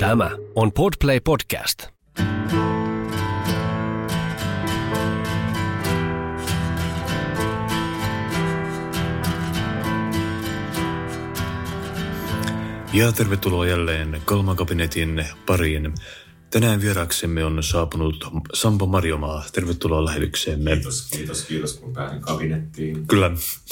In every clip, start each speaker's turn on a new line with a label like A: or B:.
A: Tämä on Podplay Podcast.
B: Ja tervetuloa jälleen Kalmakabinetin pariin. Tänään vieraksemme on saapunut Sampo Marjomaa. Tervetuloa lähetykseemme.
C: Kiitos kun pääsin kabinettiin.
B: Kyllä.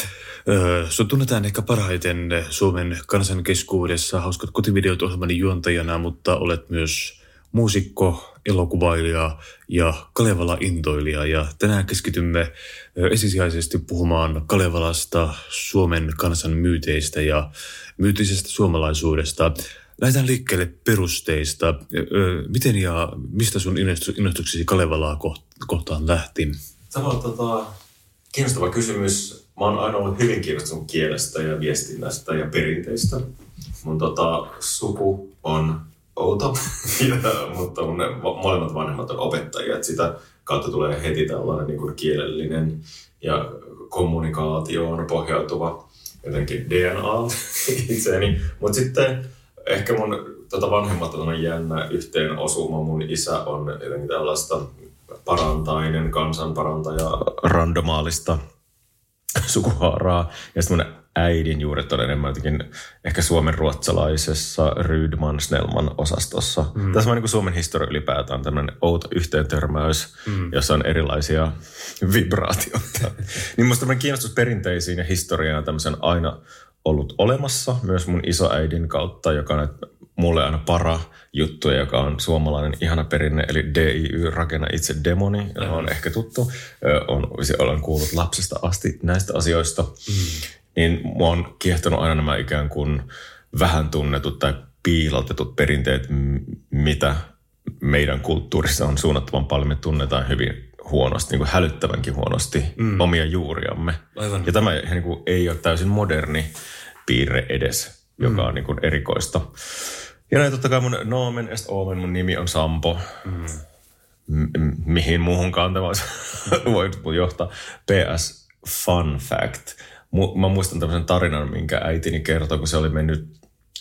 B: Sut tunnetaan ehkä parhaiten Suomen kansan keskuudessa Hauskat kotivideot -ohjelman juontajana, mutta olet myös muusikko, elokuvailija ja Kalevala-intoilija. Ja tänään keskitymme ensisijaisesti puhumaan Kalevalasta, Suomen kansan myyteistä ja myytisestä suomalaisuudesta. Lähdetään liikkeelle perusteista. Miten ja mistä sun innostuksesi Kalevalaa kohtaan lähti?
C: Tämä on kiinnostava kysymys. Mä oon aina ollut hyvin kiinnostunut kielestä ja viestinnästä ja perinteistä. Mun suku on outo, mutta mun molemmat vanhemmat on opettajia. Että sitä kautta tulee heti tällainen niin kuin kielellinen ja kommunikaatioon pohjautuva jotenkin DNA itseäni. Mutta sitten ehkä mun vanhemmat on jännä yhteen osuma. Mun isä on jotenkin tällaista parantainen, kansanparantaja, randomaalista sukuhaaraa. Ja sitten mun äidin juuret on enemmän jotenkin ehkä suomenruotsalaisessa Rydman-Snellman osastossa. Tässä on niin kuin Suomen historia ylipäätään tämmöinen outo yhteentörmäys, jossa on erilaisia vibraatioita. Niin musta tämmöinen kiinnostus perinteisiin ja historiaan tämmöisen aina ollut olemassa myös mun isoäidin kautta, joka on mulle aina para-juttu, joka on suomalainen ihana perinne, eli DIY, rakenna itse demoni, on ehkä tuttu. Olen kuullut lapsesta asti näistä asioista. Niin mua on kiehtonut aina nämä ikään kuin vähän tunnetut tai piilotetut perinteet, mitä meidän kulttuurissa on suunnattoman paljon. Me tunnetaan hyvin huonosti, niin kuin hälyttävänkin huonosti omia juuriamme. Aivan. Ja tämä niin kuin ei ole täysin moderni piirre edes, joka on niin kuin erikoista. Ja näin totta kai mun nomen est omen, mun nimi on Sampo. Mihin muuhunkaan tämä voi johtaa. PS fun fact. Mä muistan tämmöisen tarinan, minkä äitini kertoi, kun se oli mennyt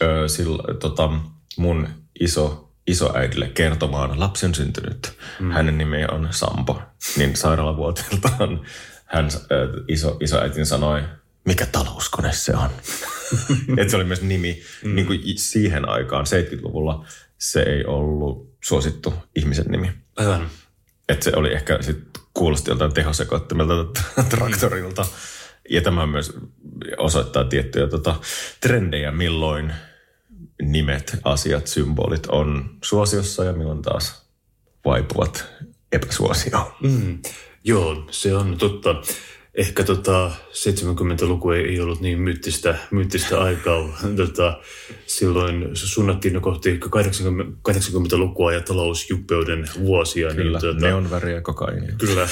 C: mun isoäidille kertomaan lapsen syntynyt. Hänen nimi on Sampo. Niin sairaalavuoteeltaan hän isoäitini sanoi, mikä talouskone se on. Että se oli myös nimi. Niin kuin siihen aikaan, 70-luvulla, se ei ollut suosittu ihmisen nimi.
B: Aivan.
C: Että se oli ehkä sitten kuulosti joltain tehosekoittimilta traktorilta. Ja tämä myös osoittaa tiettyjä trendejä, milloin nimet, asiat, symbolit on suosiossa ja milloin taas vaipuvat epäsuosioon.
B: Joo, se on totta. Ehkä 70-luku ei ollut niin myyttistä aikaa. Silloin suunnattiin jo kohti 80-lukua ja talousjuppeuden vuosia.
C: Kyllä, niin, neonväriä kokainia.
B: Kyllä.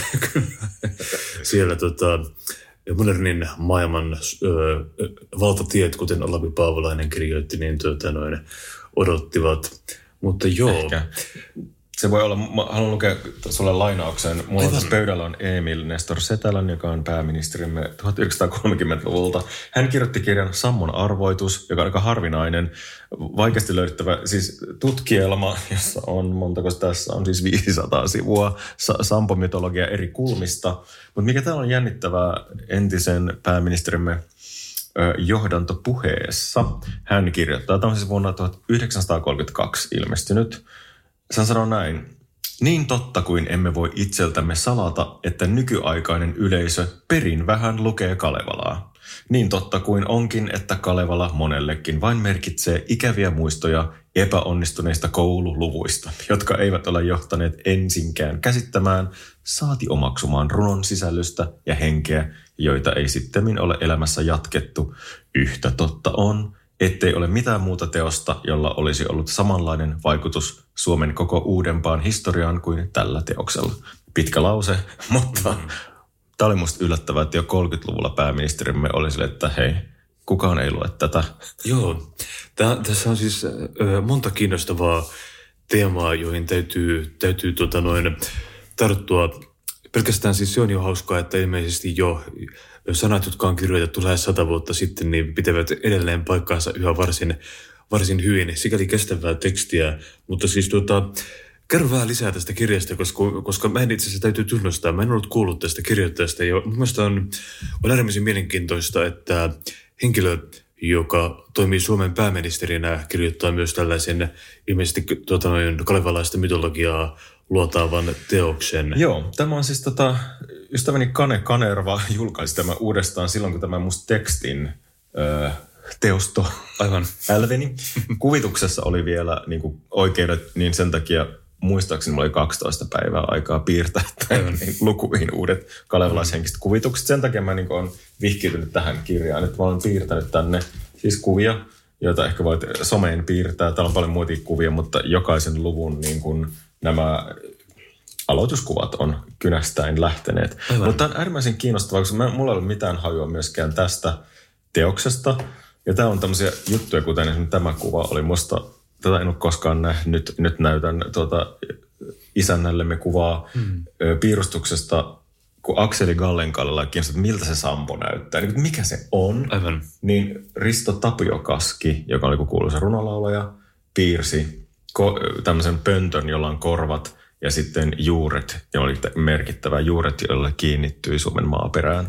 B: Siellä modernin maailman valtatiet, kuten Olavi Paavolainen kirjoitti, niin odottivat. Mutta joo. Ehkä.
C: Se voi olla, mä haluan lukea sulle lainauksen. Mulla tässä pöydällä on Emil Nestor Setälän, joka on pääministerimme 1930-luvulta. Hän kirjoitti kirjan Sammon arvoitus, joka on aika harvinainen, vaikeasti löydettävä siis tutkielma, jossa on, montako tässä on siis 500 sivua, Sampo-mytologia eri kulmista. Mutta mikä täällä on jännittävää entisen pääministerimme johdantopuheessa, hän kirjoittaa, tämä on siis vuonna 1932 ilmestynyt. Hän sanoo näin. Niin totta kuin emme voi itseltämme salata, että nykyaikainen yleisö perin vähän lukee Kalevalaa. Niin totta kuin onkin, että Kalevala monellekin vain merkitsee ikäviä muistoja epäonnistuneista koululuvuista, jotka eivät ole johtaneet ensinkään käsittämään, saati omaksumaan runon sisällöstä ja henkeä, joita ei sittemmin ole elämässä jatkettu. Yhtä totta on, ettei ole mitään muuta teosta, jolla olisi ollut samanlainen vaikutus Suomen koko uudempaan historiaan kuin tällä teoksella. Pitkä lause, mutta tämä oli musta yllättävää, että jo 30-luvulla pääministerimme oli sille, että hei, kukaan ei lue tätä.
B: Joo, tässä on siis monta kiinnostavaa teemaa, joihin täytyy tarttua. Pelkästään siis se on jo hauskaa, että ilmeisesti jo sanat, jotka on kirjoitettu lähes 100 vuotta sitten, niin pitävät edelleen paikkaansa yhä varsin hyvin, sikäli kestävää tekstiä, mutta siis kerro vähän lisää tästä kirjasta, koska mä en itse asiassa täytyy tunnustaa, mä en ollut kuullut tästä kirjoittajasta ja mun mielestä on äärimmäisen mielenkiintoista, että henkilö, joka toimii Suomen pääministerinä, kirjoittaa myös tällaisen ilmeisesti kalevalaista mytologiaa luotaavan teoksen.
D: Joo, tämä on siis ystäväni Kane Kanerva julkaisi tämän uudestaan silloin, kun tämä musta tekstin teosto
B: aivan
D: älveni. Kuvituksessa oli vielä niin kuin oikeudet, niin sen takia muistaakseni mulla oli 12 päivää aikaa piirtää niin lukuihin uudet kalevalaishenkiset kuvitukset. Sen takia mä niin kuin olen vihkiytynyt tähän kirjaan, että mä olen piirtänyt tänne siis kuvia, joita ehkä voit someen piirtää. Täällä on paljon muita kuvia, mutta jokaisen luvun niin kuin nämä aloituskuvat on kynästäin lähteneet.
B: Aivan.
D: Mutta tämä on äärimmäisen kiinnostavaa, koska mulla ei ole mitään hajua myöskään tästä teoksesta. Ja tämä on tämmöisiä juttuja, kuten esimerkiksi tämä kuva oli musta, tätä en ole koskaan nähnyt. Nyt näytän isännällemme kuvaa piirustuksesta, kun Akseli Gallenkallella kiinnostaa, että miltä se sampo näyttää. Niin, mikä se on?
B: Aivan.
D: Niin Risto Tapiokaski, joka oli kuuluisa runolaulaja, piirsi tämmöisen pöntön, jolla on korvat ja sitten juuret, ja oli merkittävä juuret, joille kiinnittyi Suomen maaperään.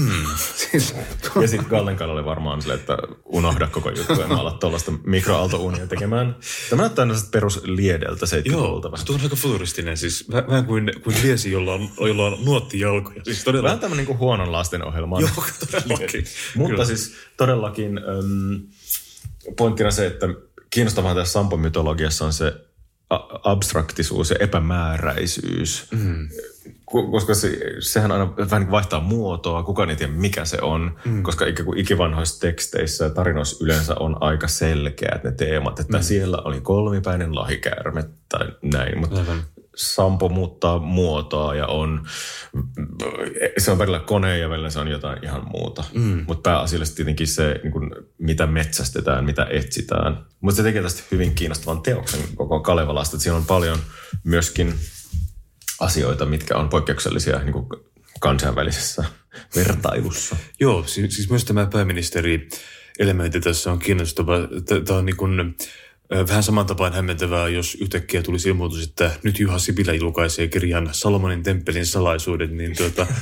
D: Ja sitten Gallenkalla oli varmaan silleen, että unohda koko juttu ja maala tuollaista mikroaaltouunia tekemään. Tämä näyttää aina perusliedeltä 70-luvulta.
B: Joo, tuo on aika futuristinen, siis vähän kuin liesi, jolla on nuottijalkoja. Siis todella...
D: Vähän tämmöinen niin kuin huonon lasten ohjelma.
B: Joo, todellakin.
D: Mutta siis todellakin pointtina se, että kiinnostavaa tässä Sampo-mytologiassa on se abstraktisuus ja epämääräisyys. Koska sehän aina vähän vaihtaa muotoa, kukaan ei tiedä mikä se on, koska ikivanhoissa teksteissä ja tarinoissa yleensä on aika selkeät ne teemat, että siellä oli kolmipäinen lahikäärme tai näin, mutta Sampo muuttaa muotoa ja se on välillä kone ja välillä se on jotain ihan muuta. Mutta pääasiallisesti tietenkin se, niin kuin, mitä metsästetään, mitä etsitään. Mutta se tekee tästä hyvin kiinnostavan teoksen koko Kalevalasta, että siinä on paljon myöskin asioita, mitkä on poikkeuksellisia niin kuin kansainvälisessä vertailussa.
B: Joo, siis myös tämä pääministeri-elementti tässä on kiinnostava. Tämä on niin kuin vähän saman tapaan hämmentävää, jos yhtäkkiä tulisi ilmoitus, että nyt Juha Sipilä julkaisee kirjan Salomonin temppelin salaisuudet, niin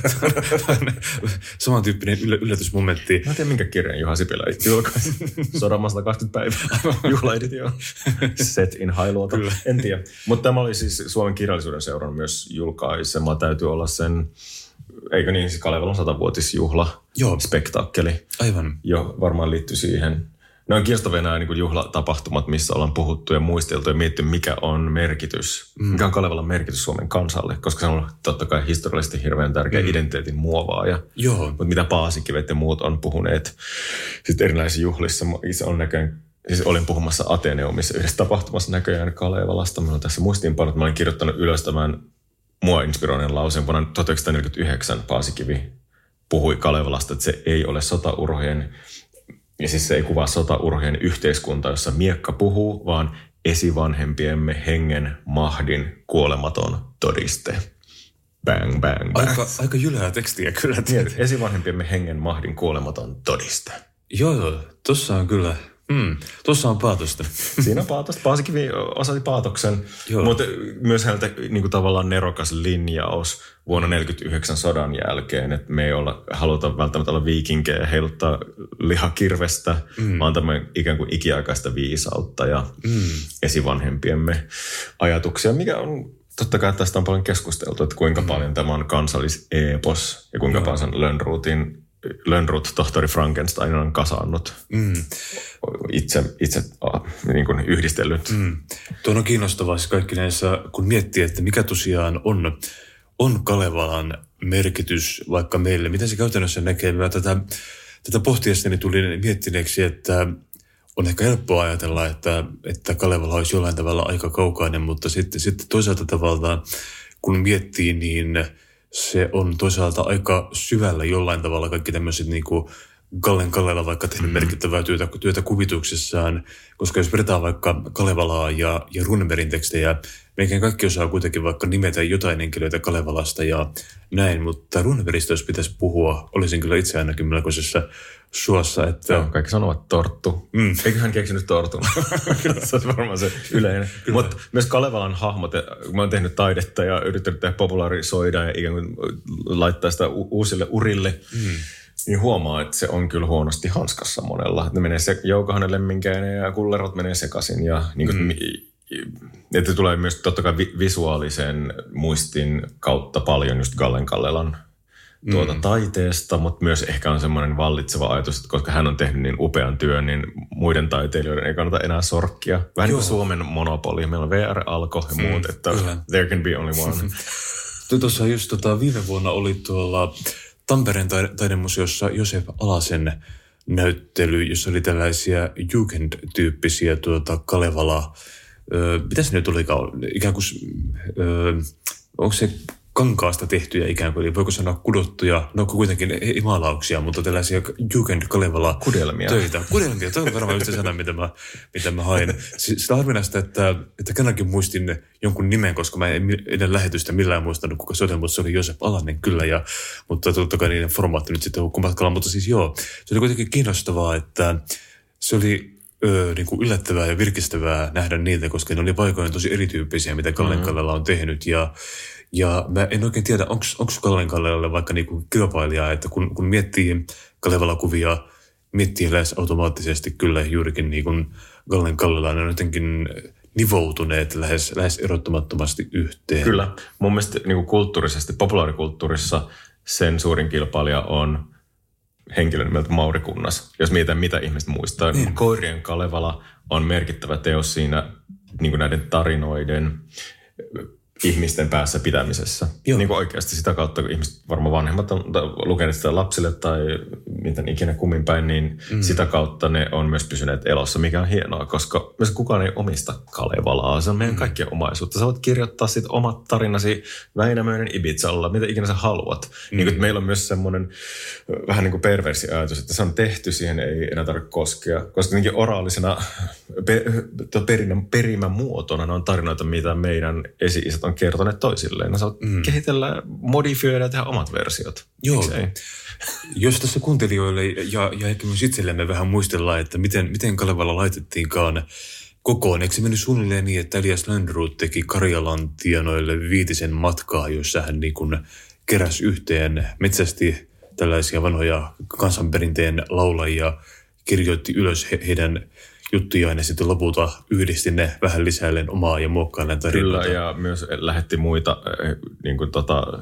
B: samantyyppinen yllätysmomentti.
D: Mä en tiedä, minkä kirjan Juha Sipilä julkaisi. Sodoma 120 päivää. Juhlaeditio. Set in Hailuoto. En tiedä. Mutta tämä oli siis Suomen kirjallisuuden seuran myös julkaisema. Täytyy olla sen, eikö niin, siis Kalevalan 100-vuotisjuhla. Joo. Spektaakkeli.
B: Aivan.
D: Jo varmaan liittyy siihen. Ne on kiinnostavia nämä niin kuin juhlatapahtumat, missä ollaan puhuttu ja muisteltu ja mietitty, mikä on merkitys. Mikä on Kalevalan merkitys Suomen kansalle, koska se on totta kai historiallisesti hirveän tärkeä identiteetin muovaaja.
B: Joo.
D: Mutta mitä Paasikivet ja muut on puhuneet sitten erinäisissä juhlissa. Siis olin puhumassa Ateneumissa yhdessä tapahtumassa näköjään Kalevalasta. Minulla on tässä muistiinpanot, että mä olin kirjoittanut ylös tämän mua inspiroineen lauseen. Vuonna 1949 Paasikivi puhui Kalevalasta, että se ei ole sotaurhojen. Ja siis se ei kuvaa sotaurhojen yhteiskuntaa, jossa miekka puhuu, vaan esivanhempiemme hengen mahdin kuolematon todiste. Bang, bang, bang.
B: Aika jylhää tekstiä kyllä.
D: Niin, esivanhempiemme hengen mahdin kuolematon todiste.
B: Joo, tossa on kyllä. Tuossa on paatosta.
D: Siinä on paatosta. Paasikivi osasi paatoksen, mutta myös häneltä niin kuin tavallaan nerokas linjaus vuonna 1949 sodan jälkeen, että me ei haluta välttämättä olla viikinkejä ja heiluttaa lihakirvestä, vaan tämmöinen ikään kuin ikiaikaista viisautta ja esivanhempiemme ajatuksia, mikä on totta kai tästä on paljon keskusteltu, että kuinka paljon tämä on kansalliseepos ja kuinka paljon Lönnrot, tohtori Frankenstein on kasannut, itse niin kuin yhdistellyt.
B: Tuo on kiinnostavaa siis kaikki näissä, kun miettii, että mikä tosiaan on Kalevalan merkitys vaikka meille. Mitä se käytännössä näkee? Mä tätä pohtiessani tulin miettineeksi, että on ehkä helppoa ajatella, että Kalevala olisi jollain tavalla aika kaukainen, mutta sitten toisaalta tavalla, kun miettii, niin se on toisaalta aika syvällä jollain tavalla kaikki tämmöiset niin kuin Gallen Kallela vaikka tehnyt merkittävää työtä kuvituksessaan, koska jos vedetään vaikka Kalevalaa ja Runebergin tekstejä, melkein kaikki osaa kuitenkin vaikka nimetä jotain henkilöitä Kalevalasta ja näin, mutta Runebergistä jos pitäisi puhua, olisin kyllä itse ainakin melkoisessa suossa, että...
D: Joo, kaikki sanovat torttu. Eikö hän keksinyt tortun? Se olisi varmaan se yleinen. Mutta myös Kalevalan hahmot, mä oon tehnyt taidetta ja yrittänyt tehdä popularisoida ja ikään kuin laittaa sitä uusille urille, niin huomaa, että se on kyllä huonosti hanskassa monella. Ne menee Joukohanen lemminkäinen ja kullerot menee sekaisin ja niin kuin, että tulee myös totta kai visuaalisen muistin kautta paljon just Gallen Kallelan taiteesta, mutta myös ehkä on semmoinen vallitseva ajatus, että koska hän on tehnyt niin upean työn, niin muiden taiteilijoiden ei kannata enää sorkkia. Vähän niin kuin Suomen monopoli. Meillä on VR, Alko ja muut, että there can be only one.
B: Tuossa just viime vuonna oli tuolla Tampereen taidemuseossa Josef Alasen näyttely, jossa oli tällaisia Jugend-tyyppisiä Kalevala. Mitä se nyt olikaan? Ikään kuin, onko se kankaasta tehtyjä ikään kuin, eli voiko sanoa kudottuja, no kuitenkin imalauksia, mutta tällaisia Jugend-Kalevala töitä. Kudelmia, toi on varmaan just se sana, mitä mä hain. Sitä on harvinaista, että kenelläkin muistin jonkun nimen, koska mä en ennen lähetystä millään muistanut, kuka se oli, mutta se oli Josef Alanen kyllä, mutta totta kai niiden formaatti nyt sitten hukkumatkalla, mutta siis joo, se oli kuitenkin kiinnostavaa, että se oli niin kuin yllättävää ja virkistävää nähdä niitä, koska ne oli paikoin tosi erityyppisiä, mitä Gallen Kallela on tehnyt, ja mä en oikein tiedä, onko Gallen Kallelalle vaikka niinku kilpailijaa, että kun miettii Kalevala-kuvia, miettii lähes automaattisesti kyllä juurikin niin kuin Gallen Kallela, ne on jotenkin nivoutuneet lähes erottamattomasti yhteen. Kyllä.
D: Mun mielestä niin kuin kulttuurisesti, populaarikulttuurissa sen suurin kilpailija on henkilö nimeltä Mauri Kunnas. Jos mietitään, mitä ihmiset muistaa, niin Koirien Kalevala on merkittävä teos siinä niin kuin näiden tarinoiden ihmisten päässä pitämisessä. Niin kuin oikeasti sitä kautta, kun ihmiset, varmaan vanhemmat on lukeneet sitä lapsille tai miten ikinä kummin päin, niin sitä kautta ne on myös pysyneet elossa, mikä on hienoa, koska myös kukaan ei omista Kalevalaa. Se on meidän kaikkien omaisuutta. Sä voit kirjoittaa sit omat tarinasi Väinämöinen Ibizalla, mitä ikinä sä haluat. Niin kuin, meillä on myös semmoinen vähän niin kuin perversi ajatus, että se on tehty, siihen ei enää tarvitse koskea. Koska tietenkin oraalisena perimämuotona ne on tarinoita, mitä meidän esi-isät on kertoneet toisilleen. Ne saa kehitellä, modifioida ja tehdä omat versiot.
B: Joo. Jos tässä kuuntelijoille ja ehkä myös itsellemme vähän muistellaan, että miten Kalevala laitettiinkaan kokoon. Eikö se mennyt suunnilleen niin, että Elias Lönnrot teki Karjalan tienoille 5 matkaa, jossa hän niin kuin keräsi yhteen, metsästi tällaisia vanhoja kansanperinteen laulajia, kirjoitti ylös heidän juttujaan ja sitten lopulta yhdisti ne vähän lisäilleen omaa ja muokkailleen tarinoita.
D: Kyllä, ja myös lähetti muita, niin kuin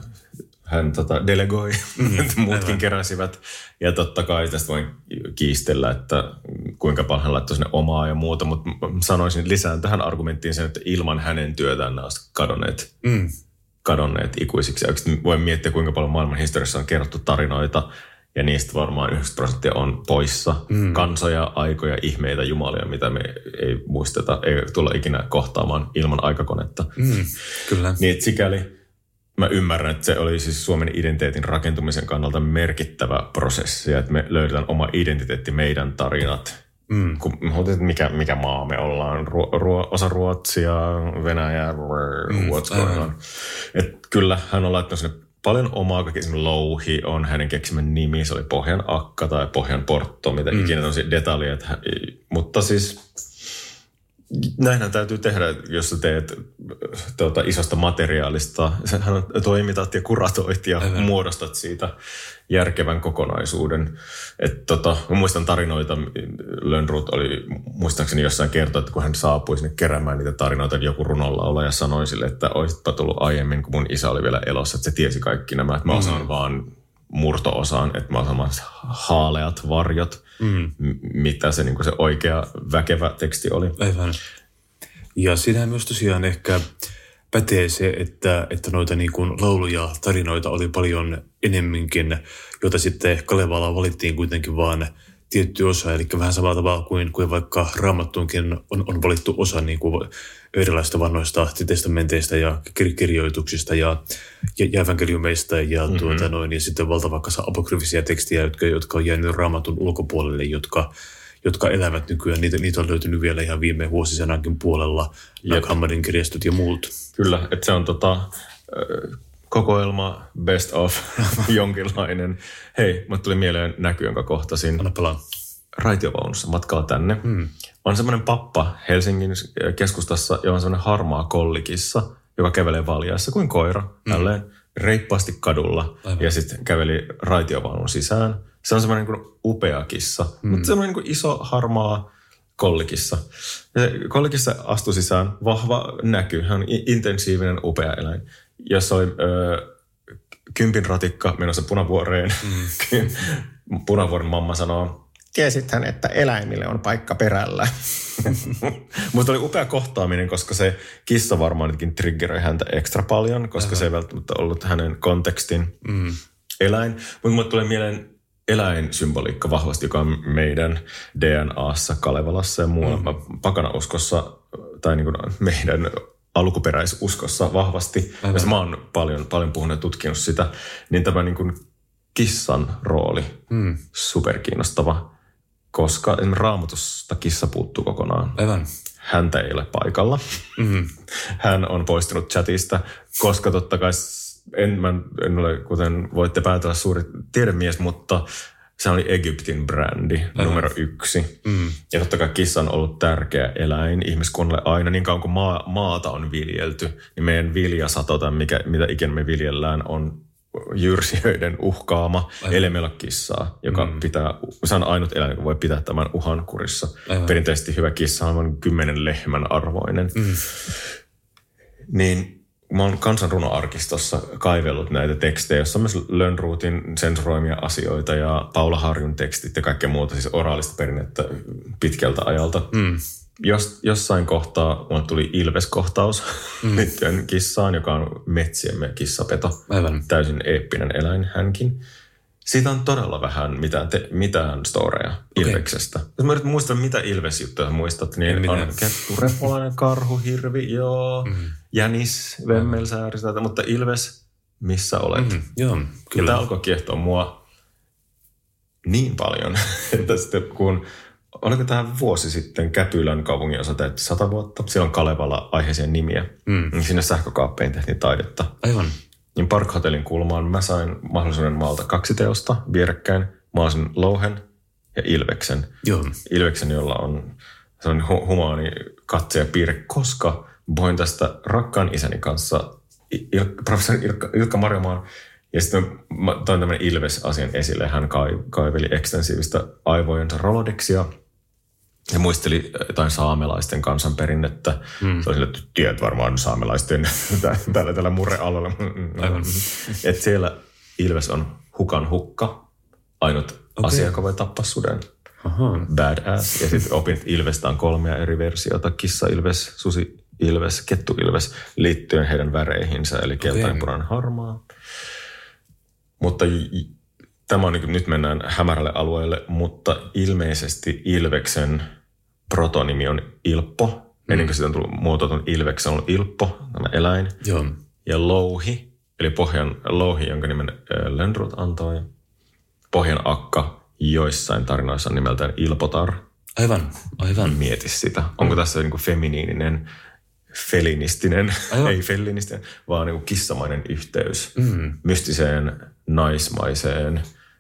D: hän delegoi, muutkin keräsivät. Ja totta kai tästä voin kiistellä, että kuinka paljon hän laittoi sinne omaa ja muuta, mutta sanoisin lisään tähän argumenttiin sen, että ilman hänen työtään nämä ovat kadonneet ikuisiksi. Ja voi miettiä, kuinka paljon maailman historiassa on kerrottu tarinoita, ja niistä varmaan 90% on poissa. Kansoja, aikoja, ihmeitä, jumalia, mitä me ei muisteta, ei tulla ikinä kohtaamaan ilman aikakonetta.
B: Kyllä.
D: Niin sikäli mä ymmärrän, että se oli siis Suomen identiteetin rakentumisen kannalta merkittävä prosessi, että me löydetään oma identiteetti, meidän tarinat. Kun mikä maa me ollaan, osa Ruotsia, Venäjä, what's going on. Että kyllä hän on laittanut sinne paljon omaa, kaikki esimerkiksi Louhi on hänen keksimän nimi, se oli Pohjan Akka tai Pohjan Portto, mitä ikinä tosi detaljeja. Mutta siis näinhän täytyy tehdä, jos sä teet isosta materiaalista. Sähän toimitat ja kuratoit ja muodostat siitä järkevän kokonaisuuden. Mä muistan tarinoita, Lönnrot oli muistaakseni jossain kertoa, että kun hän saapui sinne keräämään niitä tarinoita, niin joku runonlaulaja sanoi sille, että oisitpa tullut aiemmin, kun mun isä oli vielä elossa, että se tiesi kaikki nämä. Että mä osaan vaan murto-osaan, että mä osaan haaleat varjot, mitä se, niin kuin se oikea väkevä teksti oli.
B: Aivan. Ja siinähän myös tosiaan ehkä pätee se, että noita niin kuin lauluja, tarinoita oli paljon enemminkin, joita sitten Kalevalaa valittiin kuitenkin vaan tietty osa, eli vähän samalla tavalla kuin vaikka Raamattuunkin on valittu osa niin kuin erilaisista vanhoista testamenteista ja kirjoituksista ja evankeliumeista ja ja sitten valtava kasa apokryfisia tekstejä, jotka on jäänyt Raamatun ulkopuolelle, jotka elävät nykyään. Niitä on löytynyt vielä ihan viime vuosisanankin puolella, Nag Hammadin kirjastot ja muut.
D: Kyllä, että se on kokoelma best of jonkinlainen. Hei, mulle tuli mieleen näky, jonka kohtasin.
B: Anna palaa.
D: Raitiovaunussa matkalla tänne. On semmoinen pappa Helsingin keskustassa, jolla on semmoinen harmaa kollikissa, joka kävelee valjaissa kuin koira. Tälleen reippaasti kadulla. Aivan. Ja sitten käveli raitiovaunun sisään. Se on semmoinen niin kuin upea kissa, mutta semmoinen niin kuin iso harmaa kollikissa. Ja kollikissa astui sisään vahva näky. Hän on intensiivinen, upea eläin. Jossa oli 10 ratikka menossa Punavuoreen. Punavuoren mamma sanoo, tiesithän, että eläimille on paikka perällä. Mutta oli upea kohtaaminen, koska se kissa varmaan nytkin triggeroi häntä ekstra paljon, koska se ei välttämättä ollut hänen kontekstin eläin. Mutta mulle tulee mieleen eläinsymboliikka vahvasti, joka on meidän DNAssa, Kalevalassa ja muualla pakanauskossa, tai niin kuin meidän alkuperäisuskossa vahvasti. Ja mä oon paljon puhunut ja tutkinut sitä, niin tämä niin kuin kissan rooli, superkiinnostava, koska esimerkiksi Raamatusta kissa puuttuu kokonaan.
B: Aivan.
D: Häntä ei ole paikalla. Hän on poistunut chatista, koska totta kai en ole, kuten voitte päätellä, suuri tiedemies, mutta se oli Egyptin brändi numero 1. Ja totta kai kissa on ollut tärkeä eläin ihmiskunnalle aina. Niin kauan kuin maata on viljelty, niin meidän viljasato tai mitä ikinä me viljellään on jyrsijöiden uhkaama, ellei meillä ole kissaa, joka se on ainut eläin, joka voi pitää tämän uhan kurissa. Perinteisesti hyvä kissa on 10 lehmän arvoinen. Niin mä oon kansanrunoarkistossa kaivellut näitä tekstejä, jossa on myös Lönnroothin sensuroimia asioita ja Paula Harjun tekstit ja kaikkea muuta, siis oraalista perinnettä pitkältä ajalta. Jossain kohtaa mulle tuli Ilves-kohtaus liittyen kissaan, joka on metsiemme kissapeto. Aivan. Täysin eeppinen eläin hänkin. Siitä on todella vähän mitään storeja Ilveksestä. Jos mä yritän muistaa, mitä Ilves-juttuja muistat, niin on kettu, repolainen, karhu, hirvi, jänis, vemmelsääri, mutta Ilves, missä olet?
B: Joo,
D: kyllä. Ja tämä alkoi kiehtoa mua niin paljon, että sitten kun oliko tämä vuosi sitten Käpylän kaupungin osa täytti 100 vuotta, siellä on Kalevala aiheeseen nimiä, niin sinne sähkökaappeihin tehtiin taidetta. Aivan. Niin Park Hotellin kulmaan mä sain mahdollisuuden maalta 2 teosta vierekkäin. Maalasin louhen ja ilveksen. Joo. Ilveksen, jolla on sellainen humaani katse ja piirre, koska puhuin tästä rakkaan isäni kanssa, professori Ilkka Marjomaan, ja sitten mä toin tämän Ilves-asian esille. Hän kaiveli ekstensiivistä aivojensa rolodeksia ja muisteli jotain saamelaisten kansanperinnettä. Se oli sille, että tiedät varmaan saamelaisten tällä murrealueella. Että siellä Ilves on hukan hukka, ainut asia, joka voi tappaa suden. Badass. Ja sitten opin, että Ilvestä on 3 eri versiota. Kissa-Ilves, Susi-Ilves, Kettu-Ilves liittyen heidän väreihinsä, eli keltainen, punainen, harmaa. Mutta tämä on nyt mennään hämärälle alueelle, mutta ilmeisesti Ilveksen protonimi on Ilppo. Ennen kuin siitä on tullut muotoutunut Ilveksen, on ollut Ilppo, tämä eläin. Joo. Ja louhi, eli pohjan louhi, jonka nimen Lönnrot antoi. Pohjan akka joissain tarinoissa on nimeltään Ilpotar. Aivan. Mieti sitä. Onko tässä niin kuin feminiininen, felinistinen, ei felinistinen, vaan niin kuin kissamainen yhteys mystiseen, naismaiseen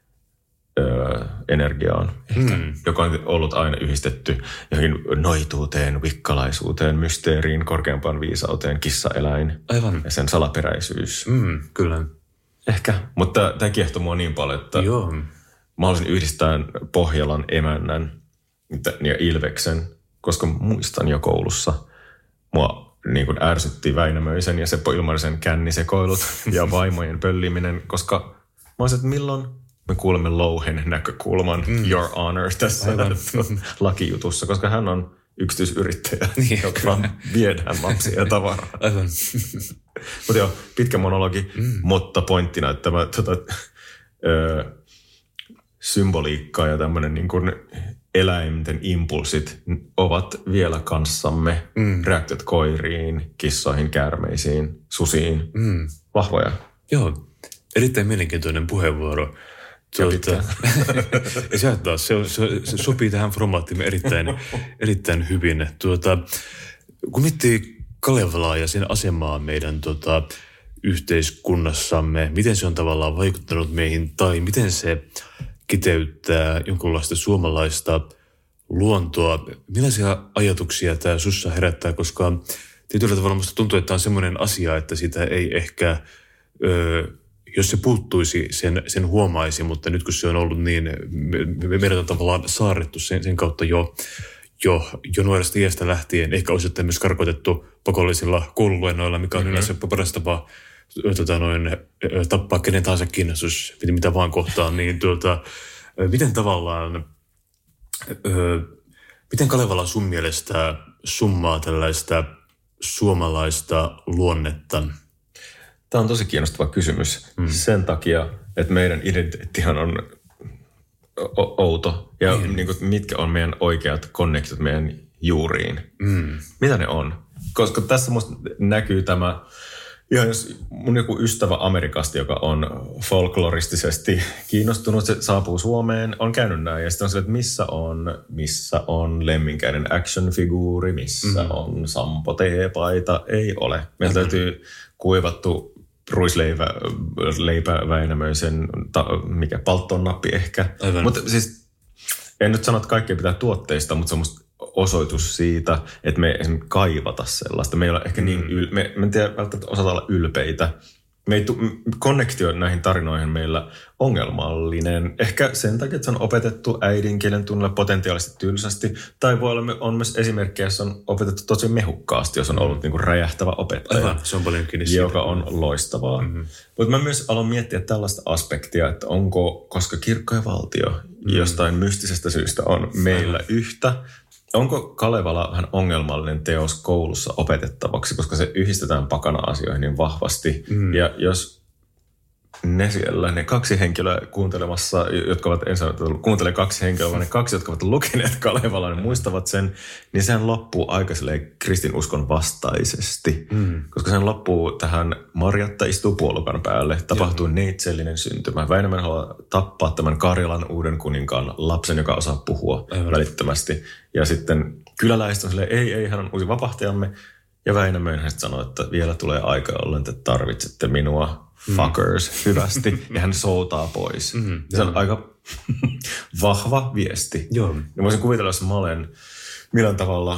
D: energiaan, joka on ollut aina yhdistetty johonkin noituuteen, vikkalaisuuteen, mysteeriin, korkeampaan viisauteen, kissaeläin. Aivan. Ja sen salaperäisyys.
B: Kyllä.
D: Ehkä, mutta tämä kiehtoo mua niin paljon, että mä haluaisin yhdistää Pohjolan emännän ja Ilveksen, koska muistan jo koulussa mua niin kuin ärsytti Väinämöisen ja Seppo Ilmarisen kännisekoilut ja vaimojen pölliminen, koska mä olisin, että milloin me kuulemme louhen näkökulman, Your Honor, tässä lakijutussa, koska hän on yksityisyrittäjä, joka viedään lapsia ja tavaraa. Aivan. Mutta joo, pitkä monologi, mutta pointtina, että symboliikka ja tämmöinen niin kuin eläinten impulssit ovat vielä kanssamme. Reaktiot koiriin, kissoihin, käärmeisiin, susiin. Vahvoja.
B: Joo, erittäin mielenkiintoinen puheenvuoro. Se sopii tähän formaattimme erittäin hyvin. Kun miettii Kalevalaa ja sen asemaa meidän yhteiskunnassamme, miten se on tavallaan vaikuttanut meihin tai miten se kiteyttää jonkunlaista suomalaista luontoa. Millaisia ajatuksia tämä sussa herättää, koska tietyllä tavalla minusta tuntuu, että tämä on semmoinen asia, että sitä ei ehkä, jos se puuttuisi, sen huomaisi, mutta nyt kun se on ollut niin, meidät on tavallaan saarrettu sen kautta jo nuoresta iästä lähtien, ehkä osittain myös karkotettu pakollisilla koululuennoilla, mikä on yleensä paras tapa tappaa kenen tahansa kiinnostus, mitä vaan kohtaan, niin miten tavallaan, miten Kalevala sun mielestä summaa tällaista suomalaista luonnetta?
D: Tämä on tosi kiinnostava kysymys sen takia, että meidän identiteettihan on outo ja niin kuin, mitkä on meidän oikeat connectit meidän juuriin. Mitä ne on? Koska tässä musta näkyy tämä, ihan jos mun joku ystävä Amerikasta, joka on folkloristisesti kiinnostunut, se saapuu Suomeen, on käynyt näin ja sitten on se, että missä on lemminkäinen action-figuuri, missä on Sampo T-paita, ei ole. Meiltä löytyy kuivattu ruisleipä Väinämöisen, palttonnappi ehkä. Mutta siis en nyt sano, että kaikkea pitää tuotteista, mutta se on musta osoitus siitä, että me esimerkiksi kaivata sellaista. Me ei ole ehkä me en tiedä välttämättä osata olla ylpeitä. Me ei konnektio näihin tarinoihin meillä ongelmallinen. Ehkä sen takia, että se on opetettu äidinkielen tunnilla potentiaalisesti tylsästi. Tai voi olla on myös esimerkkejä, jossa on opetettu tosi mehukkaasti, jos on ollut niin kuin räjähtävä opettaja.
B: Aivan, se on paljon kiinni siitä.
D: Joka on loistavaa. Mutta mä myös aloin miettiä tällaista aspektia, että onko, koska kirkko ja valtio jostain mystisestä syystä on meillä yhtä. Onko Kalevala vähän ongelmallinen teos koulussa opetettavaksi, koska se yhdistetään pakana-asioihin niin vahvasti. Ja jos ne kaksi henkilöä kuuntelemassa, jotka ovat kuuntelee kaksi henkilöä, vaan ne kaksi, jotka ovat lukeneet Kalevalan ja muistavat sen, niin sehän loppuu aika kristinuskon vastaisesti. Koska sen loppuu tähän Marjatta istuu puolukan päälle, tapahtuu neitsellinen syntymä. Väinämön haluaa tappaa tämän Karjalan uuden kuninkaan lapsen, joka osaa puhua välittömästi. Ja sitten kyläläiset on silleen, ei, hän on uusi vapahtajamme. Ja Väinämöinen hän sanoo, että vielä tulee aika, jolloin te tarvitsette minua, fuckers, hyvästi. Ja hän soutaa pois. Se on aika vahva viesti.
B: Joo.
D: Ja voisin kuvitella, jos mä olen millään tavalla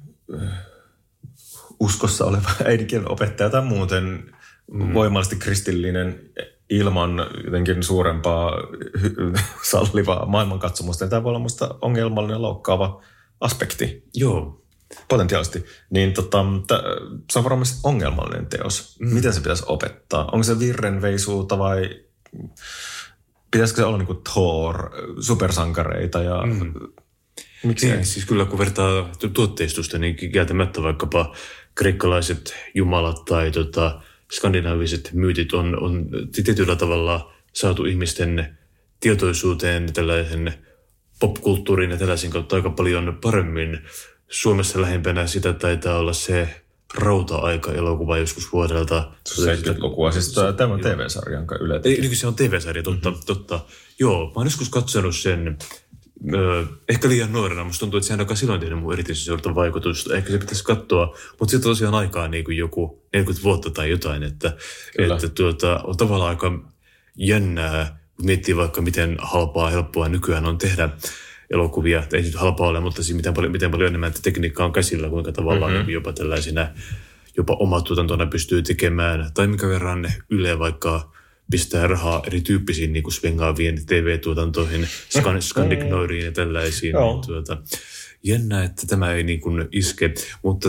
D: uskossa oleva äidinkielen opettaja tai muuten voimallisesti kristillinen ilman jotenkin suurempaa sallivaa maailmankatsomusta. Tämä voi olla musta ongelmallinen loukkaava aspekti.
B: Joo.
D: Potentiaalisesti. Niin se on varmaan ongelmallinen teos. Miten se pitäisi opettaa? Onko se virrenveisuuta vai pitäisikö se olla niin kuin Thor, supersankareita ja miksi ei?
B: Siis kyllä kun vertaa tuotteistusta, niin kieltämättä vaikkapa kreikkalaiset jumalat tai skandinaaviset myytit on tietyllä tavalla saatu ihmisten tietoisuuteen tällaisen popkulttuurin ja tällaisen kautta aika paljon paremmin. Suomessa lähempänä sitä taitaa olla se Rauta-aika-elokuva joskus vuodelta.
D: 70-lukua, siis tämä on TV-sarja, jonka Yle teki.
B: Eli se on TV-sarja, totta. Joo, mä oon joskus katsonut sen, ehkä liian nuorena. Musta tuntuu, että se ainakaan silloin tehnyt mun erityisesti suurta vaikutusta. Ehkä se pitäisi katsoa, mutta sitten tosiaan aikaa niin kuin joku 40 vuotta tai jotain, että on tavallaan aika jännää, kun miettii vaikka miten helppoa nykyään on tehdä elokuvia. Ei nyt halpaa ole, mutta siis miten paljon enemmän tekniikkaa on käsillä, kuinka tavallaan jopa tällaisina, jopa omatuotantona pystyy tekemään. Tai minkä verran Yle vaikka pistää rahaa erityyppisiin niin kuin svengaaviin TV-tuotantoihin, skandiknoiriin ja tällaisiin. Niin, jännää, että tämä ei niin kuin iske. Mutta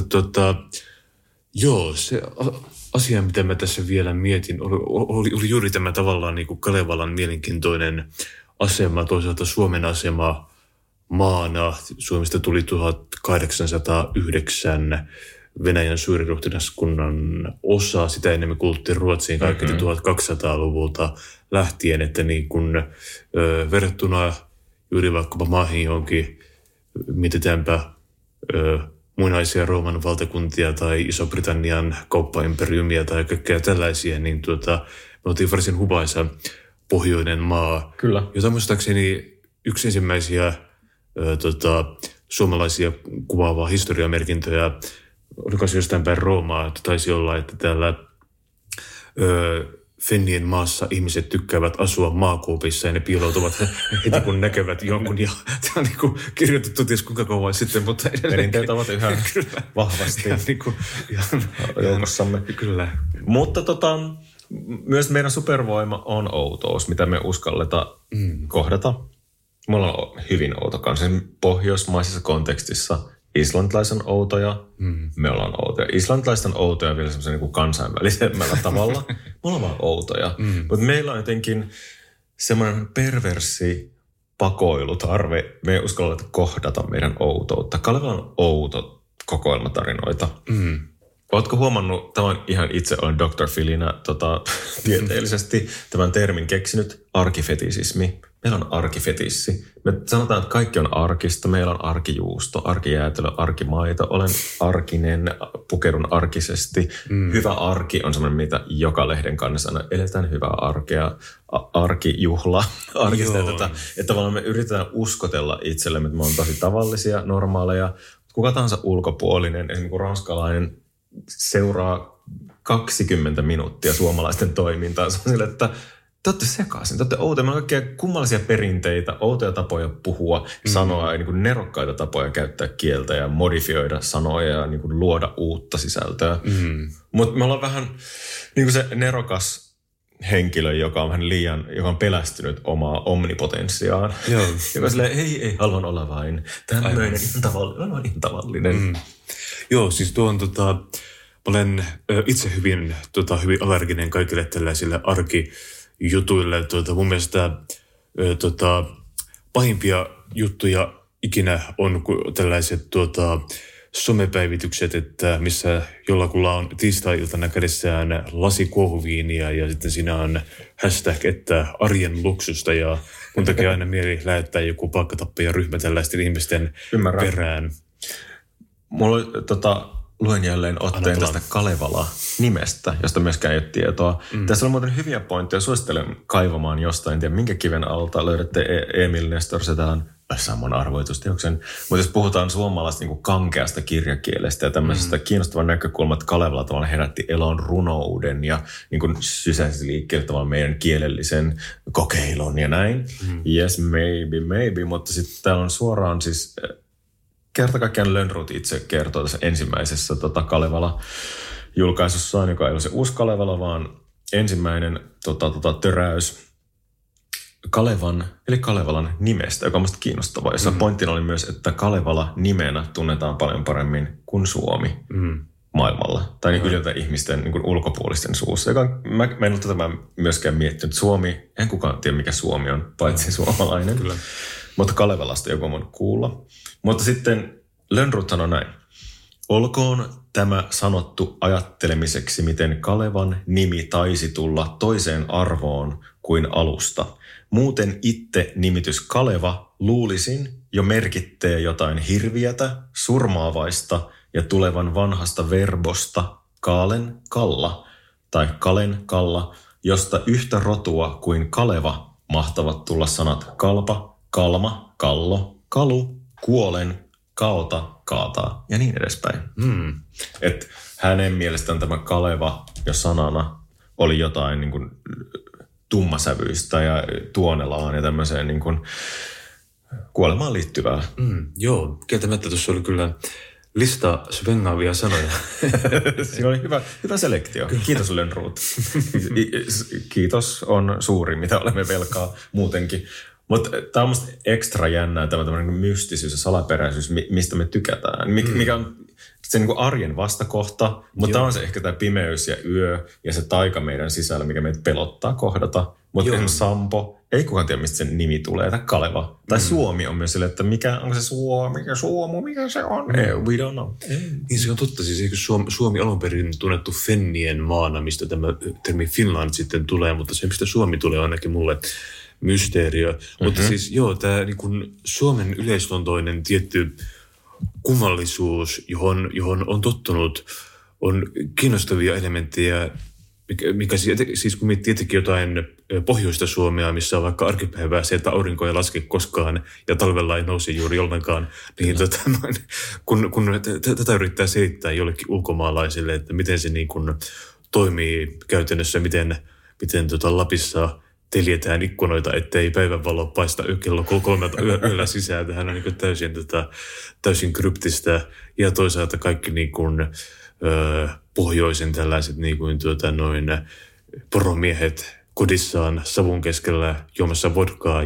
B: se asia, mitä mä tässä vielä mietin, oli juuri tämä tavallaan niin kuin Kalevalan mielenkiintoinen asema, toisaalta Suomen asema maana. Suomesta tuli 1809 Venäjän suuriruhtinaskunnan osa. Sitä enemmän kuluttiin Ruotsiin kaikki 1200-luvulta lähtien, että niin kun, verrattuna juuri vaikkapa maahin johonkin, mietitäänpä muinaisia Rooman valtakuntia tai Iso-Britannian kauppaimperiumia tai kaikkea tällaisia, niin me oltiin varsin hubaisa pohjoinen maa.
D: Kyllä.
B: Jota muistaakseni yksi ensimmäisiä suomalaisia kuvaavaa historiamerkintöjä, oliko se jostain päin Roomaa, että taisi olla, että täällä Fennien maassa ihmiset tykkäävät asua maakuopissa ja ne piiloutuvat heti kun näkevät jonkun. Ja tämä on niin kuin kirjoitettu ties kuinka kauan sitten, mutta
D: perinteet ovat yhä vahvasti joukossamme.
B: Kyllä.
D: Mutta myös meidän supervoima on outous, mitä me uskalletaan kohdata. Mulla on hyvin outo kanssa. Pohjoismaisessa kontekstissa islantilaisen outoja, me ollaan outoja. Islantilaiset on outoja vielä semmoisen niin kuin kansainvälisemmällä tavalla. Me ollaan vaan outoja. Mutta meillä on jotenkin semmoinen perverssi pakoilutarve. Me ei uskalla kohdata meidän outoutta. Kalevala on outo kokoelmatarinoita. Oletko huomannut, tämän ihan itse olen Dr. Philinä tieteellisesti tämän termin keksinyt, arkifetisismi. Meillä on arkifetissi. Me sanotaan, että kaikki on arkista. Meillä on arkijuusto, arkijäätelö, arkimaito. Olen arkinen, pukeudun arkisesti. Hyvä arki on semmoinen, mitä joka lehden kannessa aina eletään hyvää arkea. Arkijuhla. Arkista että tavallaan me yritetään uskotella itsellemme, että me on tosi tavallisia, normaaleja. Kuka tahansa ulkopuolinen, esimerkiksi ranskalainen, seuraa 20 minuuttia suomalaisten toimintaa. Se on sille, että te olette sekaisin, te olette outoja. Meillä on kaikkea kummallisia perinteitä, outoja tapoja puhua, sanoa ja niin kuin nerokkaita tapoja käyttää kieltä ja modifioida sanoja ja niin kuin luoda uutta sisältöä. Mutta me ollaan vähän niin kuin se nerokas henkilö, joka on vähän joka on pelästynyt omaa omnipotenssiaan. Joka silleen, ei, haluan olla vain tämmöinen ihan tavallinen.
B: Joo, siis tuo on olen itse hyvin allerginen kaikille tällaisille arkijutuille. Mun mielestä pahimpia juttuja ikinä on tällaiset somepäivitykset, että missä jollakulla on tiistai-iltana kädessään lasi kuohuviiniä ja sitten siinä on hashtag, että arjen luksusta ja mun tekee aina mieli lähettää joku palkkatappajaryhmä tällaisten ihmisten perään.
D: Mulla luen jälleen otteen tästä Kalevala-nimestä, josta myöskään ei ole tietoa. Tässä on muuten hyviä pointteja. Suosittelen kaivamaan jostain, en tiedä minkä kiven alta löydätte Emil Nestor Setälän saman arvoitusteoksen. Mutta jos puhutaan suomalaista niin kankeasta kirjakielestä ja tämmöisestä kiinnostavan näkökulmat, Kalevala tavallaan herätti elon runouden ja niin sysäsi liikkeelle tavallaan meidän kielellisen kokeilun ja näin. Yes, maybe, mutta sitten täällä on suoraan siis kerta kaikkiaan Lönnrot itse kertoo tässä ensimmäisessä Kalevala-julkaisussaan, joka ei ole se uusi Kalevala, vaan ensimmäinen töräys Kalevan, eli Kalevalan nimestä, joka on musta kiinnostavaa. Jossa pointtina oli myös, että Kalevala nimenä tunnetaan paljon paremmin kuin Suomi maailmalla. Tai niin ylipäätään ihmisten niin kuin ulkopuolisten suussa. Mä en ole tätä myöskään miettinyt. Suomi, en kukaan tiedä mikä Suomi on, paitsi suomalainen. Kyllä. Mutta Kalevalasta joku on voinut kuulla. Mutta sitten Lönnrot sanoi näin. Olkoon tämä sanottu ajattelemiseksi, miten Kalevan nimi taisi tulla toiseen arvoon kuin alusta. Muuten itse nimitys Kaleva luulisin jo merkittee jotain hirviätä, surmaavaista ja tulevan vanhasta verbosta kaalen kalla tai kalen kalla, josta yhtä rotua kuin Kaleva mahtavat tulla sanat kalpa, kalma, kallo, kalu, kuolen, kaota, kaataa ja niin edespäin. Et hänen mielestään tämä Kaleva jo sanana oli jotain niin kuin tummasävyistä ja tuonelaan ja tämmöiseen niin kuin kuolemaan liittyvää.
B: Joo, kieltämättä tuossa oli kyllä lista svengaavia sanoja.
D: Siinä oli hyvä selektio. Kiitos Lönnrot. Kiitos on suuri, mitä olemme velkaa muutenkin. Mutta tämä on musta ekstra jännää, tämä tämmöinen mystisyys ja salaperäisyys, mistä me tykätään. Mikä on se niin kuin arjen vastakohta, mutta on se ehkä tämä pimeys ja yö ja se taika meidän sisällä, mikä meitä pelottaa kohdata. Mutta esimerkiksi Sampo, ei kukaan tiedä, mistä sen nimi tulee, tai Kaleva. Tai Suomi on myös sille, että onko se Suomi, mikä se on? We don't know.
B: Niin se on totta, siis eikö Suomi alun perin tunnettu fennien maana, mistä tämä termi Finland sitten tulee, mutta se, mistä Suomi tulee, on ainakin mulle mysteeriö. Mutta siis tämä niin kuin Suomen yleisluontoinen tietty kummallisuus, johon on tottunut, on kiinnostavia elementtejä, mikä siis kun miettii tietenkin jotain pohjoista Suomea, missä on vaikka arkipäivää se, että aurinko ei laske koskaan ja talvella ei nouse juuri ollenkaan, niin kun tätä yrittää selittää jollekin ulkomaalaisille, että miten se niin kuin toimii käytännössä, miten Lapissa teljetään ikkunoita, ettei päivänvalo paista kello 3 yöllä sisään. Tähän on niin täysin kryptistä ja toisaalta kaikki niin kuin, pohjoisen tällaiset niin kuin, poromiehet kodissaan savun keskellä juomassa vodkaa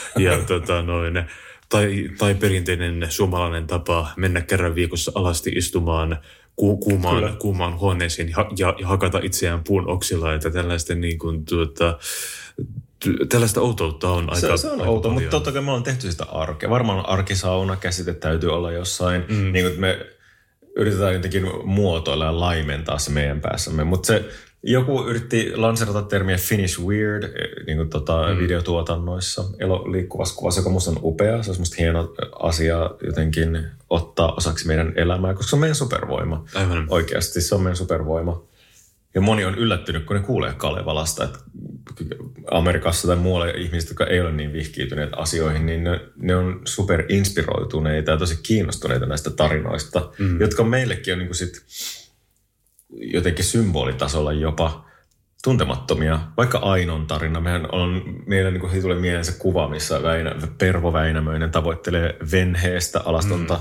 B: tai perinteinen suomalainen tapa mennä kerran viikossa alasti istumaan kuumaan huoneeseen ja hakata itseään puun oksilla, että tällaisten niin kuin, tällaista outoutta on aika
D: Se on outo, mutta totta kai me on tehty sitä arkea. Varmaan arkisauna-käsite täytyy olla jossain. Niin kuin me yritetään jotenkin muotoilla ja laimentaa se meidän päässämme. Mutta se joku yritti lanserata termiä Finnish Weird niin kuin videotuotannoissa, liikkuvassa kuvassa, joka musta on upea. Se on musta hieno asia jotenkin ottaa osaksi meidän elämää, koska se on meidän supervoima.
B: Aivan.
D: Oikeasti se on meidän supervoima. Ja moni on yllättynyt, kun ne kuulee Kalevalasta, että Amerikassa tai muualla ihmiset, jotka ei ole niin vihkiytyneet asioihin, niin ne on superinspiroituneita ja tosi kiinnostuneita näistä tarinoista, jotka meillekin on niin kuin sit jotenkin symbolitasolla jopa tuntemattomia. Vaikka Ainon tarina, meillä niin kuin tulee mieleen se kuva, missä Pervo Väinämöinen tavoittelee venheestä alastonta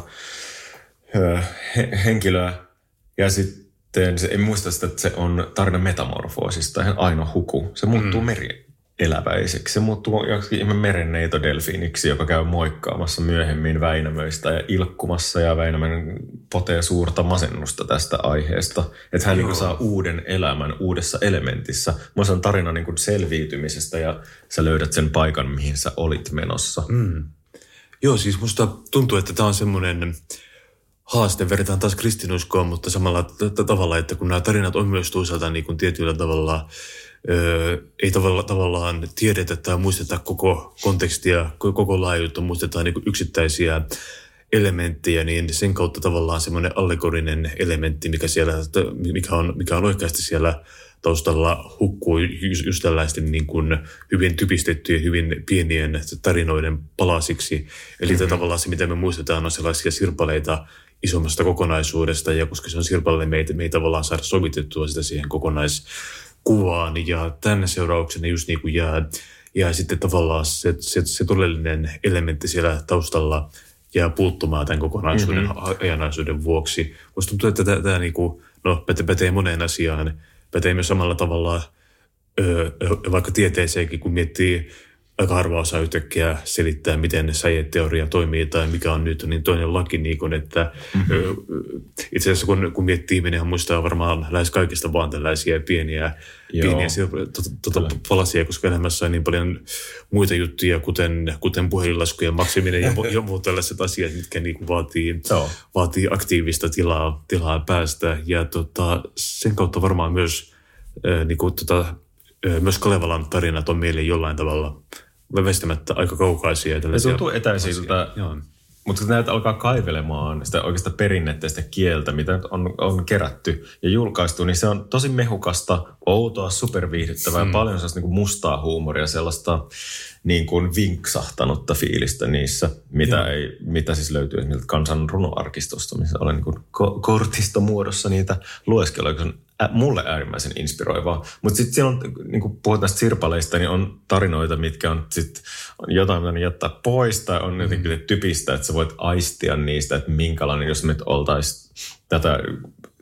D: henkilöä ja sitten en muista sitä, että se on tarina metamorfoosista. Ihan Aino Huku. Se muuttuu merieläväiseksi. Se muuttuu joksikin ihme merenneitodelfiiniksi, joka käy moikkaamassa myöhemmin Väinämöistä ja ilkkumassa. Ja Väinämöinen potee suurta masennusta tästä aiheesta. Että hän niin saa uuden elämän uudessa elementissä. Muista on tarina niin kuin selviytymisestä ja sä löydät sen paikan, mihin sä olit menossa.
B: Joo, siis musta tuntuu, että tämä on semmoinen haaste, verrataan taas kristinuskoon, mutta samalla tavalla, että kun nämä tarinat on myös toisaalta niin kuin tietyllä tavalla, ei tavallaan tiedetä tai muisteta koko kontekstia, koko laajuutta, muistetaan niin kuin yksittäisiä elementtejä, niin sen kautta tavallaan semmoinen allegorinen elementti, mikä on oikeasti siellä taustalla hukkuu just tällaisten niin kuin hyvin typistettyjen, hyvin pienien tarinoiden palasiksi. Eli tavallaan se, mitä me muistetaan, on sellaisia sirpaleita isommasta kokonaisuudesta, ja koska se on sirpalle, me ei tavallaan saada sovitettua sitä siihen kokonaiskuvaan, ja tämän seurauksena just niin kuin jää sitten tavallaan se todellinen elementti siellä taustalla jää puuttumaan tämän kokonaisuuden ajanaisuuden vuoksi. Musta tuntuu, että tämä niin kuin, pätee moneen asiaan, pätee myös samalla tavalla vaikka tieteeseenkin, kun miettii, aika harva osaa yhtäkkiä selittää, miten sädeteoria toimii tai mikä on nyt niin toinen laki. Niin kuin, että itse asiassa kun miettii, ihminenhän muistaa varmaan lähes kaikista vaan tällaisia pieniä palasia, koska elämässä on niin paljon muita juttuja, kuten puhelinlaskujen maksaminen ja muut tällaiset asiat, mitkä niin vaatii aktiivista tilaa päästä. Ja sen kautta varmaan myös myös Kalevalan tarinat on meille jollain tavalla väistämättä aika kaukaisia.
D: Se tuntuu etäisiltä, mutta kun näitä alkaa kaivelemaan sitä oikeasta perinnettä, sitä kieltä, mitä on kerätty ja julkaistu, niin se on tosi mehukasta, outoa, superviihdyttävää, paljon sellaista niin kuin mustaa huumoria, sellaista niin kuin vinksahtanutta fiilistä niissä, mitä siis löytyy esimerkiksi Kansan runoarkistosta, missä olen niin kuin kortistomuodossa niitä lueskella, joka on mulle äärimmäisen inspiroivaa. Mutta sitten siinä on, niin kun puhut näistä sirpaleista, niin on tarinoita, mitkä on sitten jotain, mitä ne jättää pois, tai on jotenkin typistä, että sä voit aistia niistä, että minkälainen, jos me oltaisiin tätä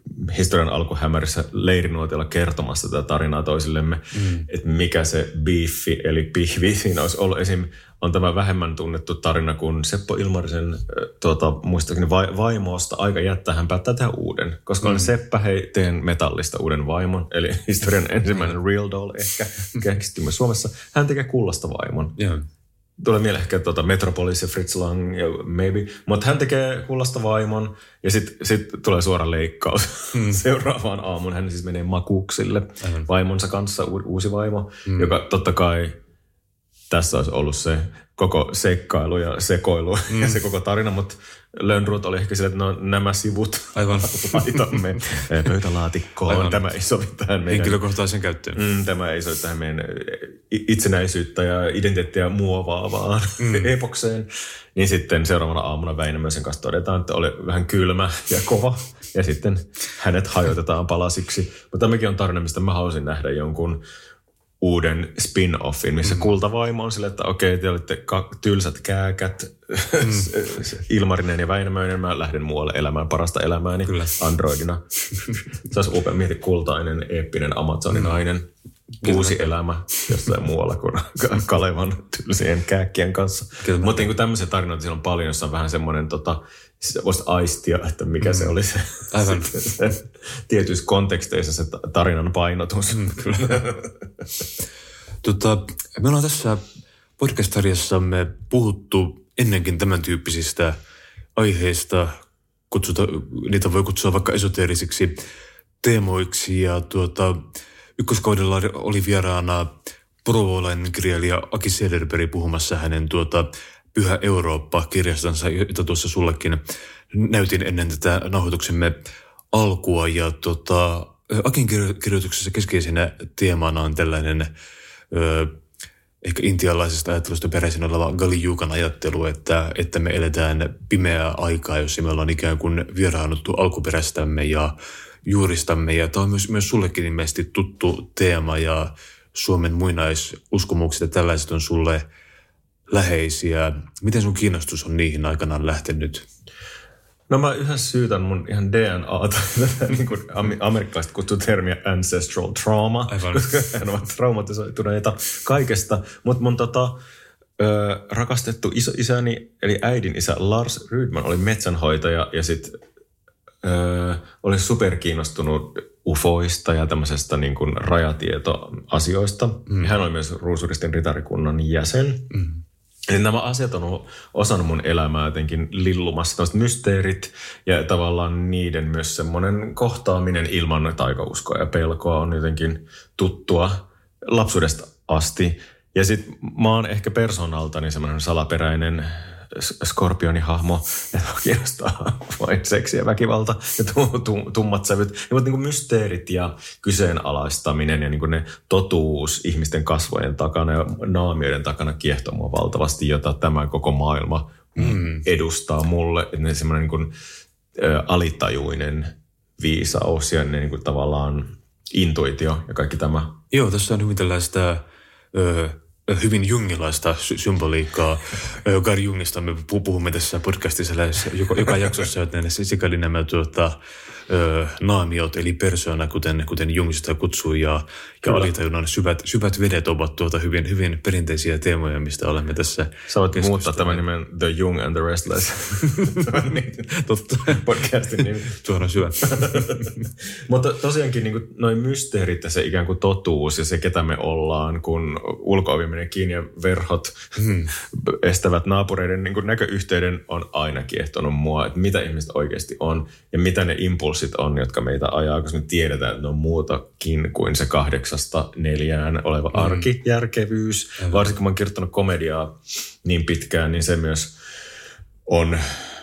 D: historian alkuhämärissä leirinuotilla kertomassa tätä tarinaa toisillemme, että mikä se biiffi eli pihvi siinä olisi ollut. Esim. On tämä vähemmän tunnettu tarina, kun Seppo Ilmarisen muistaakseni vaimosta aika jättää, hän päättää tehdä uuden. Koska on Seppä, hei, teen metallista uuden vaimon, eli historian ensimmäinen Real Doll ehkä keksitymme Suomessa. Hän tekee kullasta vaimon.
B: Yeah.
D: Tulee mieleen ehkä Metropolis ja Fritz Lang ja maybe. Mutta hän tekee kullasta vaimon ja sit tulee suora leikkaus seuraavaan aamuun. Hän siis menee makuuksille vaimonsa kanssa, uusi vaimo, joka totta kai tässä olisi ollut se koko seikkailu ja sekoilu ja se koko tarina, mutta Lönnrot oli ehkä sille, että no, nämä sivut laitamme pöytälaatikkoon. Aivan. Tämä ei sovi tähän meidän
B: henkilökohtaisen käyttöön.
D: Tämä ei sovi tähän meidän itsenäisyyttä ja identiteettiä muovaavaan epokseen. Niin sitten seuraavana aamuna Väinämöisen kanssa todetaan, että oli vähän kylmä ja kova. Ja sitten hänet hajotetaan palasiksi. Mutta tämäkin on tarina, mistä mä haluaisin nähdä jonkun uuden spin-offin, missä kultavaimo on sille, että okei, te olitte tylsät kääkät, Ilmarinen ja Väinämöinen, mä lähden muualle elämään parasta elämääni androidina. Se olisi upea, mieti kultainen, eeppinen Amazoninainen, uusi elämä jossain muualla kuin Kalevan tylsien kääkkien kanssa. Mutta niin tämmöisiä tarinoita siellä on paljon, jossa on vähän semmoinen, voisi aistia, että mikä se oli se, se tietyissä konteksteissa se tarinan painotus. Kyllä.
B: Me ollaan tässä podcast-sarjassamme puhuttu ennenkin tämän tyyppisistä aiheista. Niitä voi kutsua vaikka esoteerisiksi teemoiksi. Ja ykköskaudella oli vieraana porvoolainen kirjailija Aki Sederberg puhumassa hänen Pyhä Eurooppa-kirjastansa, jota tuossa sullekin näytin ennen tätä nauhoituksemme alkua. Ja Akin kirjoituksessa keskeisenä teemana on tällainen ehkä intialaisesta ajattelusta peräisin oleva Kali Yugan ajattelu, että me eletään pimeää aikaa, jossa me ollaan ikään kuin vieraannuttu alkuperäistämme ja juuristamme. Ja tämä on myös sullekin ilmeisesti tuttu teema ja Suomen muinaisuskomukset ja tällaiset on sulle läheisiä. Miten sun kiinnostus on niihin aikanaan lähtenyt?
D: No mä yhä syytän mun ihan DNAta, niin kuin amerikkalaiset kutsuu termiä ancestral trauma, koska he ovat traumatisoituneita kaikesta. Mutta mun rakastettu isoisäni, eli äidin isä Lars Rydman oli metsänhoitaja ja sitten oli superkiinnostunut ufoista ja tämmöisestä niin kuin rajatietoasioista. Hän oli myös Ruusuristin ritarikunnan jäsen. Eli nämä asiat on osannut mun elämää jotenkin lillumassa. Tällaiset mysteerit ja tavallaan niiden myös semmoinen kohtaaminen ilman taikauskoa ja pelkoa on jotenkin tuttua lapsuudesta asti. Ja sit mä oon ehkä persoonaltani semmoinen salaperäinen skorpionihahmo, että kiinnostaa vain seksi ja väkivalta ja tummat sävyt. Mutta niin mysteerit ja kyseenalaistaminen ja niin ne totuus ihmisten kasvojen takana ja naamioiden takana kiehtoo mua valtavasti, jota tämä koko maailma edustaa mulle. Että semmoinen niin alitajuinen viisaus ja niin kuin tavallaan intuitio ja kaikki tämä.
B: Joo, tässä on hyvin tällaista hyvin jungilaista symboliikkaa. Carl Jungista me puhumme tässä podcastissa joka jaksossa, että sikäli nämä naamiot, eli persoona, kuten Jung sitä kutsuu, ja alitajunnan syvät vedet ovat hyvin, hyvin perinteisiä teemoja, mistä olemme tässä.
D: Sä voit muuttaa tämän nimen The Jung and the Restless.
B: Totta.
D: Podcastin nimi.
B: Tuohon on syvä.
D: Mutta tosiaankin niin noin mysteerit ja se ikään kuin totuus ja se, ketä me ollaan, kun ulko-ovi menee kiinni ja verhot estävät naapureiden niin kuin näköyhteyden, on aina kiehtonut mua, että mitä ihmiset oikeasti on ja mitä ne impulssit on, jotka meitä ajaa, koska me tiedetään, että ne on muutakin kuin se 8-4 oleva arkijärkevyys. Varsinkin kun mä oon kirjoittanut komediaa niin pitkään, niin se myös on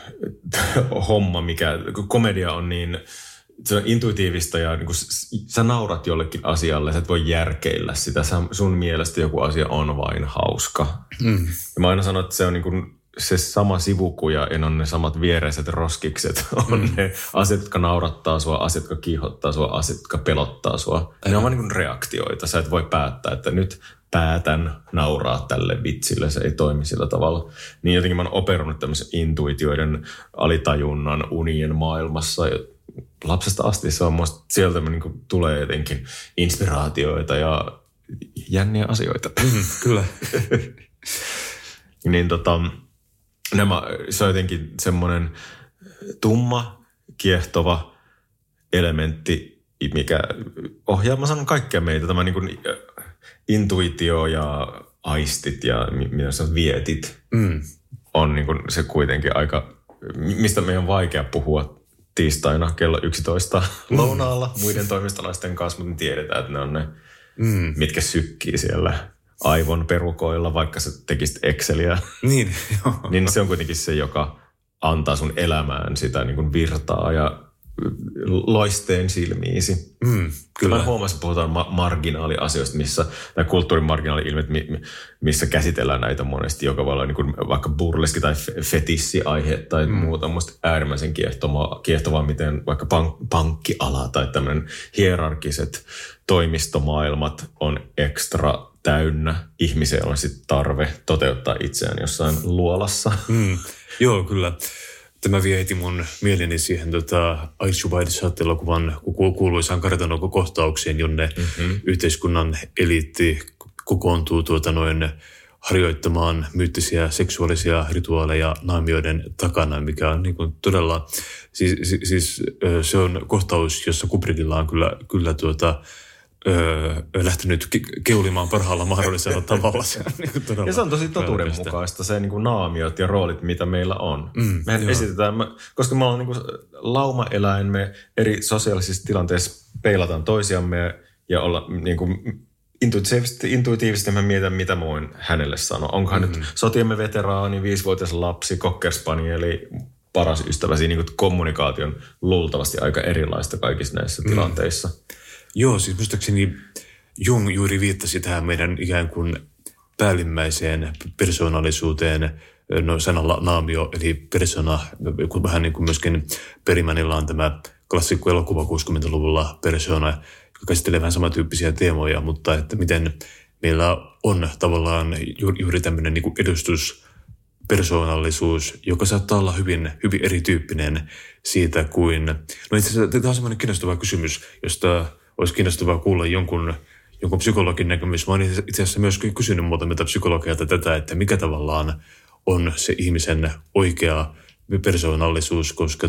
D: homma, mikä, komedia on niin, se on intuitiivista ja niin kun sä naurat jollekin asialle, sä et voi järkeillä sitä. Sun mielestä joku asia on vain hauska. Ja mä aina sanon, että se on niin kuin se sama sivukuja ja on ne samat viereiset roskikset. On ne asiat, jotka naurattaa sua, asiat, jotka kiihottaa sua, asiat, jotka pelottaa sua. Ne on vaan niin kuin reaktioita. Sä et voi päättää, että nyt päätän nauraa tälle vitsille. Se ei toimi sillä tavalla. Niin jotenkin mä oon operoinut tämmöisen intuitioiden, alitajunnan, unien maailmassa. lapsesta asti se on musta, sieltä niin kuin tulee jotenkin inspiraatioita ja jänniä asioita.
B: Kyllä.
D: Niin se on jotenkin semmoinen tumma, kiehtova elementti, mikä ohjaa, mä sanon kaikkea meitä, tämä niin kuin intuitio ja aistit ja mitä sä vietit on niin kuin se kuitenkin aika, mistä meidän on vaikea puhua tiistaina kello 11 lounaalla muiden toimistolaisten kanssa, mutta tiedetään, että ne on ne, mitkä sykkii siellä aivon perukoilla, vaikka sä tekisit Exceliä.
B: Niin, joo.
D: Niin se on kuitenkin se, joka antaa sun elämään sitä niin kuin virtaa ja loisteen silmiisi.
B: Kyllä.
D: Mä huomasin, että puhutaan marginaaliasioista, tai kulttuurin marginaali-ilmiöt, missä käsitellään näitä monesti, joka voi olla niin kuin vaikka burleski tai fetissiaihe tai muuta. Musta äärimmäisen kiehtovaa, miten vaikka pankkiala tai tämmöinen hierarkiset toimistomaailmat on ekstra täynnä. Ihmisellä on sitten tarve toteuttaa itseään jossain luolassa.
B: Joo, kyllä. Tämä vie heti mun mieleni siihen Ice White Shot-elokuvan kuuluisaan kartanokohtaukseen, jonne yhteiskunnan eliitti kokoontuu harjoittamaan myyttisiä seksuaalisia rituaaleja naamioiden takana, mikä on niin kuin todella, siis se on kohtaus, jossa Kubrickilla on kyllä lähtenyt keulimaan parhaalla mahdollisella tavalla. Se on niin todella
D: ja se on tosi totuudenmukaista, se niin kuin naamiot ja roolit, mitä meillä on. Mehän esitetään, koska me ollaan niin kuin laumaeläin, me eri sosiaalisissa tilanteissa peilataan toisiamme ja olla niin kuin intuitiivisesti mä mietän, mitä mä voin hänelle sanoa. Onkohan nyt sotiemme veteraani, 5-vuotias lapsi, cockerspanieli, paras ystävä, siinä niin kuin kommunikaation luultavasti aika erilaista kaikissa näissä tilanteissa.
B: Joo, siis muistaakseni Jung juuri viittasi tähän meidän ikään kuin päällimmäiseen persoonallisuuteen, sanalla naamio, eli persona, kun vähän niin kuin myöskin Bergmanilla on tämä klassikko elokuva 60-luvulla persona, joka käsittelee vähän samantyyppisiä teemoja, mutta että miten meillä on tavallaan juuri tämmöinen niin kuin edustuspersoonallisuus, joka saattaa olla hyvin erityyppinen siitä kuin, no itse asiassa tämä on semmoinen kiinnostava kysymys, josta olisi kiinnostavaa kuulla jonkun psykologin näkemys. Mä olen itse asiassa myös kysynyt muutamilta psykologeilta tätä, että mikä tavallaan on se ihmisen oikea persoonallisuus, koska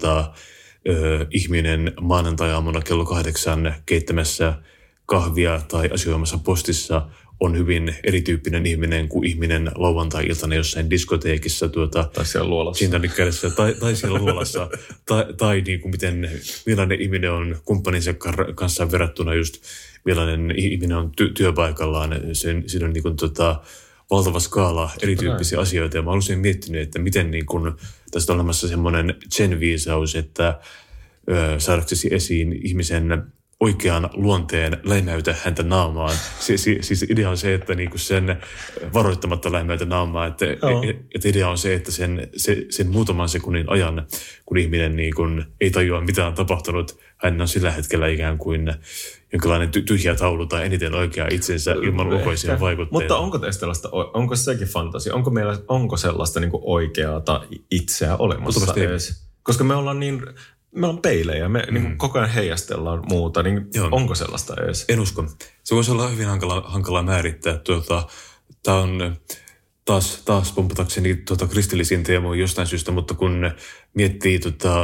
B: ihminen maanantai-aamuna kello 8 keittämässä kahvia tai asioimassa postissa on hyvin erityyppinen ihminen kuin ihminen lauantai-iltana jossain diskoteekissa.
D: Tai siellä luolassa.
B: Tai siellä luolassa. tai niin kuin millainen ihminen on kumppaninsa kanssa verrattuna just millainen ihminen on työpaikallaan. Siinä on niin kuin valtava skaala erityyppisiä asioita. Ja mä olisin miettinyt, että miten niin kuin, tästä on olemassa semmoinen zen-viisaus, että saadaksesi esiin ihmisen oikean luonteen läimäytä häntä naamaan. Siis idea on se, että niinku sen varoittamatta läimäytä naamaan, että idea on se, että sen muutaman sekunnin ajan, kun ihminen niinku ei tajua, mitä on tapahtunut, hän on sillä hetkellä ikään kuin jonkinlainen tyhjä taulu tai eniten oikea itsensä ilman ulkoisia vaikutteita.
D: Mutta onko teistä sellaista, onko sekin fantasia? Onko sellaista niinku oikeata itseä olemassa edes? Koska me ollaan peilejä, me niin koko ajan heijastellaan muuta, niin onko sellaista edes?
B: En usko. Se voisi olla hyvin hankala määrittää. Tämä on taas pompatakseni kristillisiin teemoihin jostain syystä, mutta kun miettii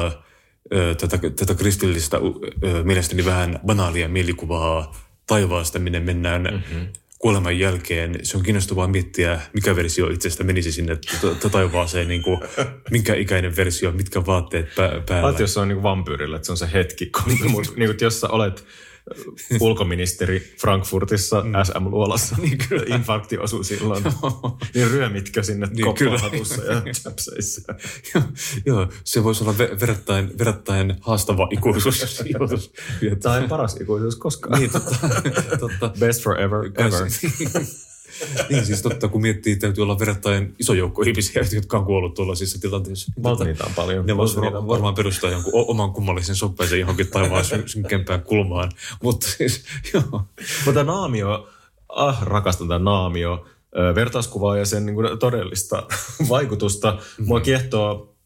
B: tätä kristillistä mielestäni vähän banaalia mielikuvaa taivaasta, minne mennään kuoleman jälkeen, se on kiinnostavaa miettiä, mikä versio itsestä menisi sinne taivaaseen, niin kuin, minkä ikäinen versio, mitkä vaatteet päällä.
D: Ajattelin, jos se on niin kuin vampyyrillä, että se on se hetki, kun niin kuin, jos sä olet ulkoministeri Frankfurtissa SM-luolassa, niin infarkti osuu silloin, niin ryömitkö sinne koppahatussa ja chapseissa?
B: Joo, se voisi olla verrattain haastava ikuisuus.
D: Tai paras ikuisuus koskaan.
B: Niin, totta.
D: Best forever, ever.
B: Niin, siis totta, kun miettii, täytyy olla verrattain iso joukko ihmisiä, jotka on kuollut tuollaisissa tilanteissa.
D: Niitä on paljon.
B: Ne voisi varmaan perustaa jonkun oman kummallisen soppaisen johonkin taivaan synkempään kulmaan. Mutta siis, joo.
D: Mutta naamio, rakastan tämän naamio, vertauskuvaa ja sen niin kuin todellista vaikutusta. Mua kiehtoo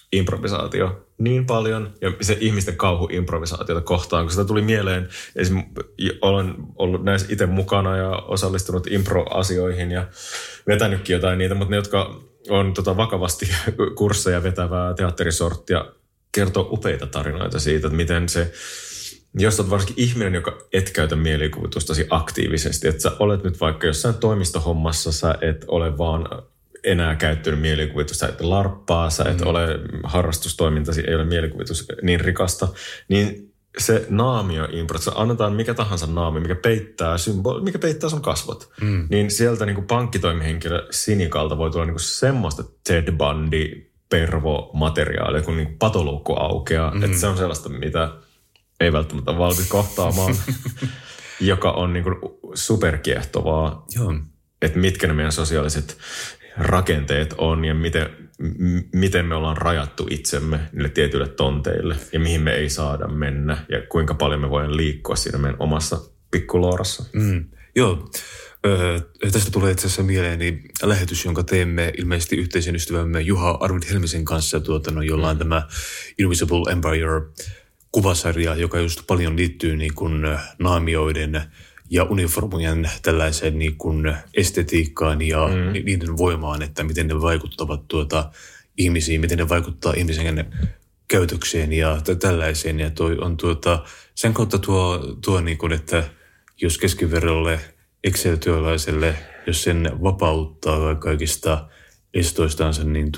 D: improvisaatio niin paljon ja se ihmisten kauhu improvisaatiota kohtaan, kun sitä tuli mieleen. Olen ollut näissä itse mukana ja osallistunut impro-asioihin ja vetänytkin jotain niitä, mutta ne, jotka on vakavasti kursseja vetävää teatterisorttia, kertoo upeita tarinoita siitä, että miten se, jos olet varsinkin ihminen, joka et käytä mielikuvitustasi aktiivisesti, että sä olet nyt vaikka jossain toimistohommassa, sä et ole vaan enää käyttänyt mielikuvitusta, sä et larppaa, sä et ole harrastustoimintasi, ei ole mielikuvitus niin rikasta, niin se naamio-impro, että annetaan mikä tahansa naamio, mikä peittää sun kasvot, niin sieltä niin kuin pankkitoimihenkilö Sinikalta voi tulla niin kuin semmoista Ted Bundy pervo-materiaalia, kun niin patoluukku aukeaa, että se on sellaista, mitä ei välttämättä valmis kohtaamaan, joka on niin kuin superkiehtovaa, että mitkä ne meidän sosiaaliset rakenteet on ja miten me ollaan rajattu itsemme niille tietyille tonteille ja mihin me ei saada mennä ja kuinka paljon me voidaan liikkua siinä meidän omassa pikkuloorassa.
B: Joo. Tästä tulee itse asiassa mieleeni lähetys, jonka teemme ilmeisesti yhteisen ystävämme Juha Arvid Helmisen kanssa, jolla on tämä Invisible Empire-kuvasarja, joka just paljon liittyy niin kuin naamioiden ja uniformujen tällaiseen niin kuin estetiikkaan ja niiden voimaan, että miten ne vaikuttavat ihmisiin, miten ne vaikuttaa ihmisen käytökseen ja tällaiseen. Ja toi on sen kautta tuo niin kuin, että jos keskiverrolle Excel-työläiselle, jos sen vapauttaa kaikista estoistansa, niin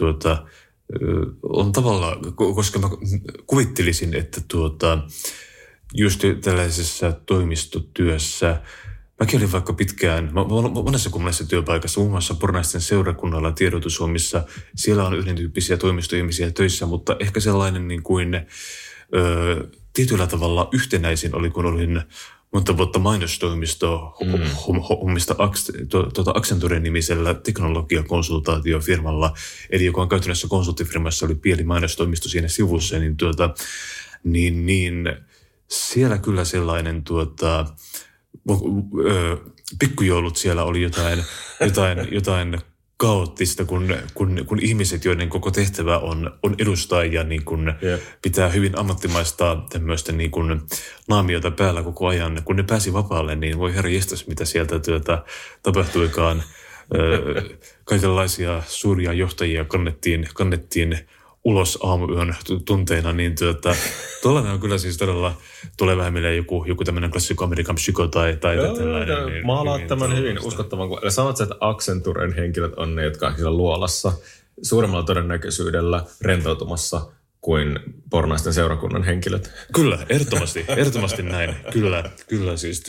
B: on tavallaan, koska mä kuvittelisin, että just tällaisessa toimistotyössä, mäkin olin vaikka pitkään, monessa kummassa työpaikassa, muun muassa Pornaisten seurakunnalla tiedotushommissa, siellä on yhdentyyppisiä toimistoihmisiä töissä, mutta ehkä sellainen niin kuin tietyllä tavalla yhtenäisin oli, kun olin monta vuotta mainostoimisto-hommista Accenture-nimisellä teknologiakonsultaatiofirmalla, eli joka on käytännössä konsulttifirmassa, oli pieni mainostoimisto siinä sivussa, niin siellä kyllä sellainen pikkujoulut siellä oli jotain kaoottista, kun ihmiset, joiden koko tehtävä on edustaa ja niin kun pitää hyvin ammattimaista tämmöistä niin kun naamiota päällä koko ajan. Kun ne pääsi vapaalle, niin voi herra jestas, mitä sieltä tapahtuikaan. Kaikenlaisia suuria johtajia kannettiin ulos aamuyön tunteina, niin tuollainen on kyllä siis todella, tulee vähän mieleen joku tämmöinen klassikko Amerikan psyko tai tällainen.
D: Niin, maalaat tämän hyvin uskottavan. Eli sanot sä, että Accenturen henkilöt on ne, jotka on siellä luolassa suuremmalla todennäköisyydellä rentoutumassa kuin Pornaisten seurakunnan henkilöt.
B: Kyllä, ehdottomasti näin. Kyllä siis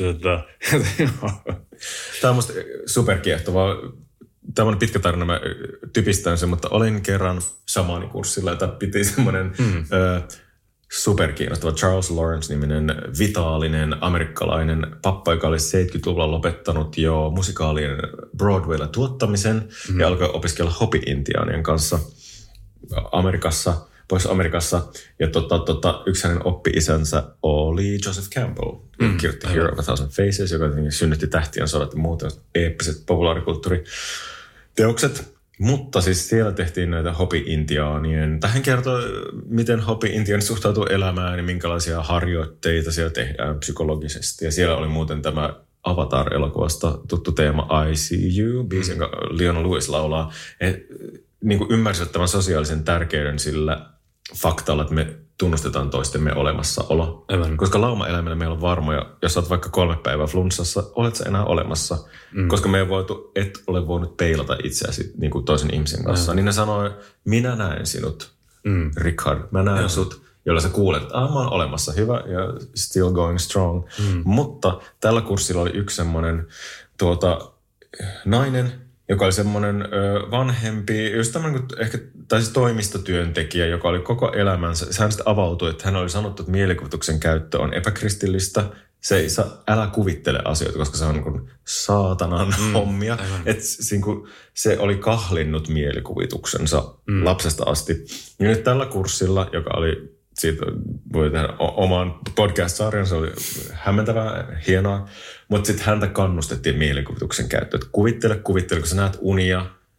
D: Tämä on musta superkiehtovaa. Tämä on pitkä tarina, mä typistän sen, mutta olin kerran shamaanikurssilla, jota piti semmoinen superkiinnostava Charles Lawrence-niminen vitaalinen amerikkalainen pappa, joka oli 70-luvulla lopettanut jo musikaalien Broadwaylla tuottamisen ja alkoi opiskella Hopi-intiaanien kanssa Pohjois-Amerikassa. Ja yksi hänen oppi-isänsä oli Joseph Campbell, joka kirjoitti Hero of a Thousand Faces, joka synnytti Tähtien sodat ja muut eeppiset populaarikulttuuriteokset. Mutta siis siellä tehtiin näitä Hopi-intiaanien. Tähän kertoo, miten Hopi-intiaanit suhtautuu elämään ja minkälaisia harjoitteita siellä tehdään psykologisesti. Ja siellä oli muuten tämä Avatar-elokuvasta tuttu teema I See You, biisi, jonka Leona Lewis laulaa. Niin kuin ymmärsivät tämän sosiaalisen tärkeyden sillä faktalla, että me tunnustetaan toistemme olemassaolo.
B: Aivan.
D: Koska lauma-eläimellä meillä on varmoja, jos olet vaikka 3 päivää flunssassa, olet sä enää olemassa. Koska me ei et ole voinut peilata itseäsi niin kuin toisen ihmisen kanssa. Niin ne sanoi, minä näen sinut, Richard. Mä näen sut, jolla sä kuulet, että mä oon olemassa, hyvä ja still going strong. Mutta tällä kurssilla oli yksi semmoinen nainen, joka oli semmoinen vanhempi, just tämmöinen ehkä, tai siis toimistotyöntekijä, joka oli koko elämänsä. Hän sitten avautui, että hän oli sanottu, että mielikuvituksen käyttö on epäkristillistä. Älä kuvittele asioita, koska se on niin kuin saatanan hommia. Että se oli kahlinnut mielikuvituksensa lapsesta asti. Ja nyt tällä kurssilla, joka oli, siitä voi tehdä oman podcast-sarjan, se oli hämmentävää, hienoa. Mutta sitten häntä kannustettiin mielikuvituksen käyttöön. Kuvittele, kun sä näet unia,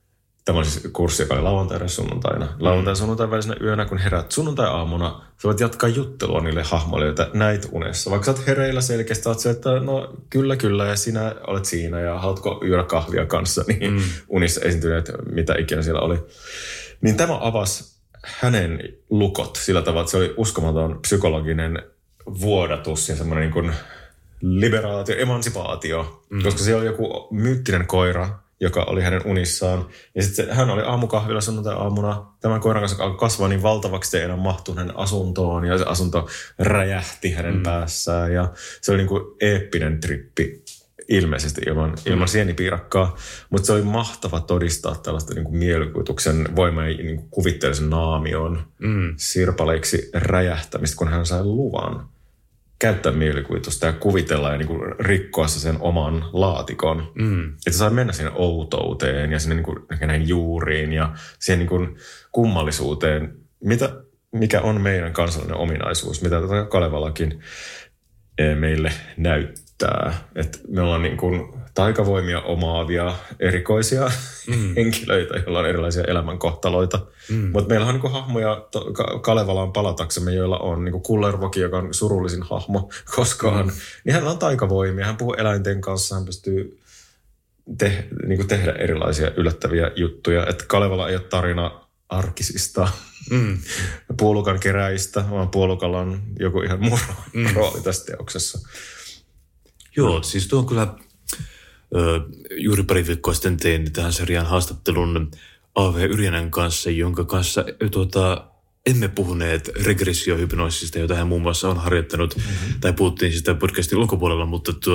D: Tämä oli siis kurssi, joka oli lauantaina ja sunnuntaina. Lauantai- sunnuntain välisenä yönä, kun herät sunnuntai-aamuna, sä voit jatkaa juttelua niille hahmoille, joita näit unessa. Vaikka sä oot hereillä selkeästi, oot se, että no kyllä, ja sinä olet siinä, ja haluatko juoda kahvia kanssa, niin unissa esiintyneet, mitä ikinä siellä oli. Niin tämä avasi hänen lukot sillä tavalla, että se oli uskomaton psykologinen vuodatus ja semmoinen niin kuin liberaatio, emansipaatio, koska siellä oli joku myyttinen koira, joka oli hänen unissaan. Ja sitten hän oli aamukahvilla sunnuntai-aamuna. Tämän koiran kanssa alkoi kasvaa niin valtavaksi, että ei enää mahtu hänen asuntoon. Ja se asunto räjähti hänen päässään. Ja se oli niin kuin eeppinen trippi ilmeisesti ilman sienipiirakkaa. Mutta se oli mahtava todistaa tällaista niin kuin mielikuvituksen voiman ja niin kuin kuvitteellisen naamion sirpaleiksi räjähtämistä, kun hän sai luvan käyttää mielikuvitusta ja kuvitella ja niin kuin rikkoa sen oman laatikon. Että sai mennä siihen outouteen ja sinne niin kuin näihin juuriin ja siihen niin kuin kummallisuuteen, mikä on meidän kansallinen ominaisuus, mitä tätä Kalevalakin meille näyttää. Että me ollaan niin kuin taikavoimia omaavia erikoisia henkilöitä, joilla on erilaisia elämänkohtaloita. Mutta meillä on niin kuin hahmoja Kalevalaan palataksemme, joilla on niin kuin Kullervoki, joka on surullisin hahmo koskaan. Niin hänellä on taikavoimia, hän puhuu eläinten kanssa, hän pystyy tehdä erilaisia yllättäviä juttuja. Että Kalevala ei ole tarina arkisista puolukan keräistä, vaan puolukalla on joku ihan muu rooli tässä teoksessa.
B: Joo, siis tuo on kyllä juuri pari viikkoa sitten tein tähän sarjaan haastattelun A.V. Yrjänän kanssa, jonka kanssa emme puhuneet regressiohypnoosista, jota hän muun muassa on harjoittanut, tai puhuttiin sitä podcastin ulkopuolella,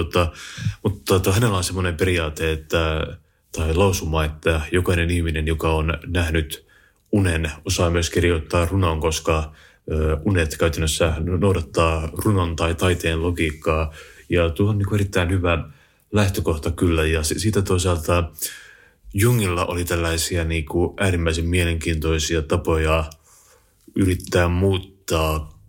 B: mutta hänellä on semmoinen periaate, tai lausuma, että jokainen ihminen, joka on nähnyt unen, osaa myös kirjoittaa runon, koska unet käytännössä noudattaa runon tai taiteen logiikkaa, ja tuo on niin kuin erittäin hyvä lähtökohta kyllä, ja siitä toisaalta Jungilla oli tällaisia niin kuin äärimmäisen mielenkiintoisia tapoja yrittää muuttaa,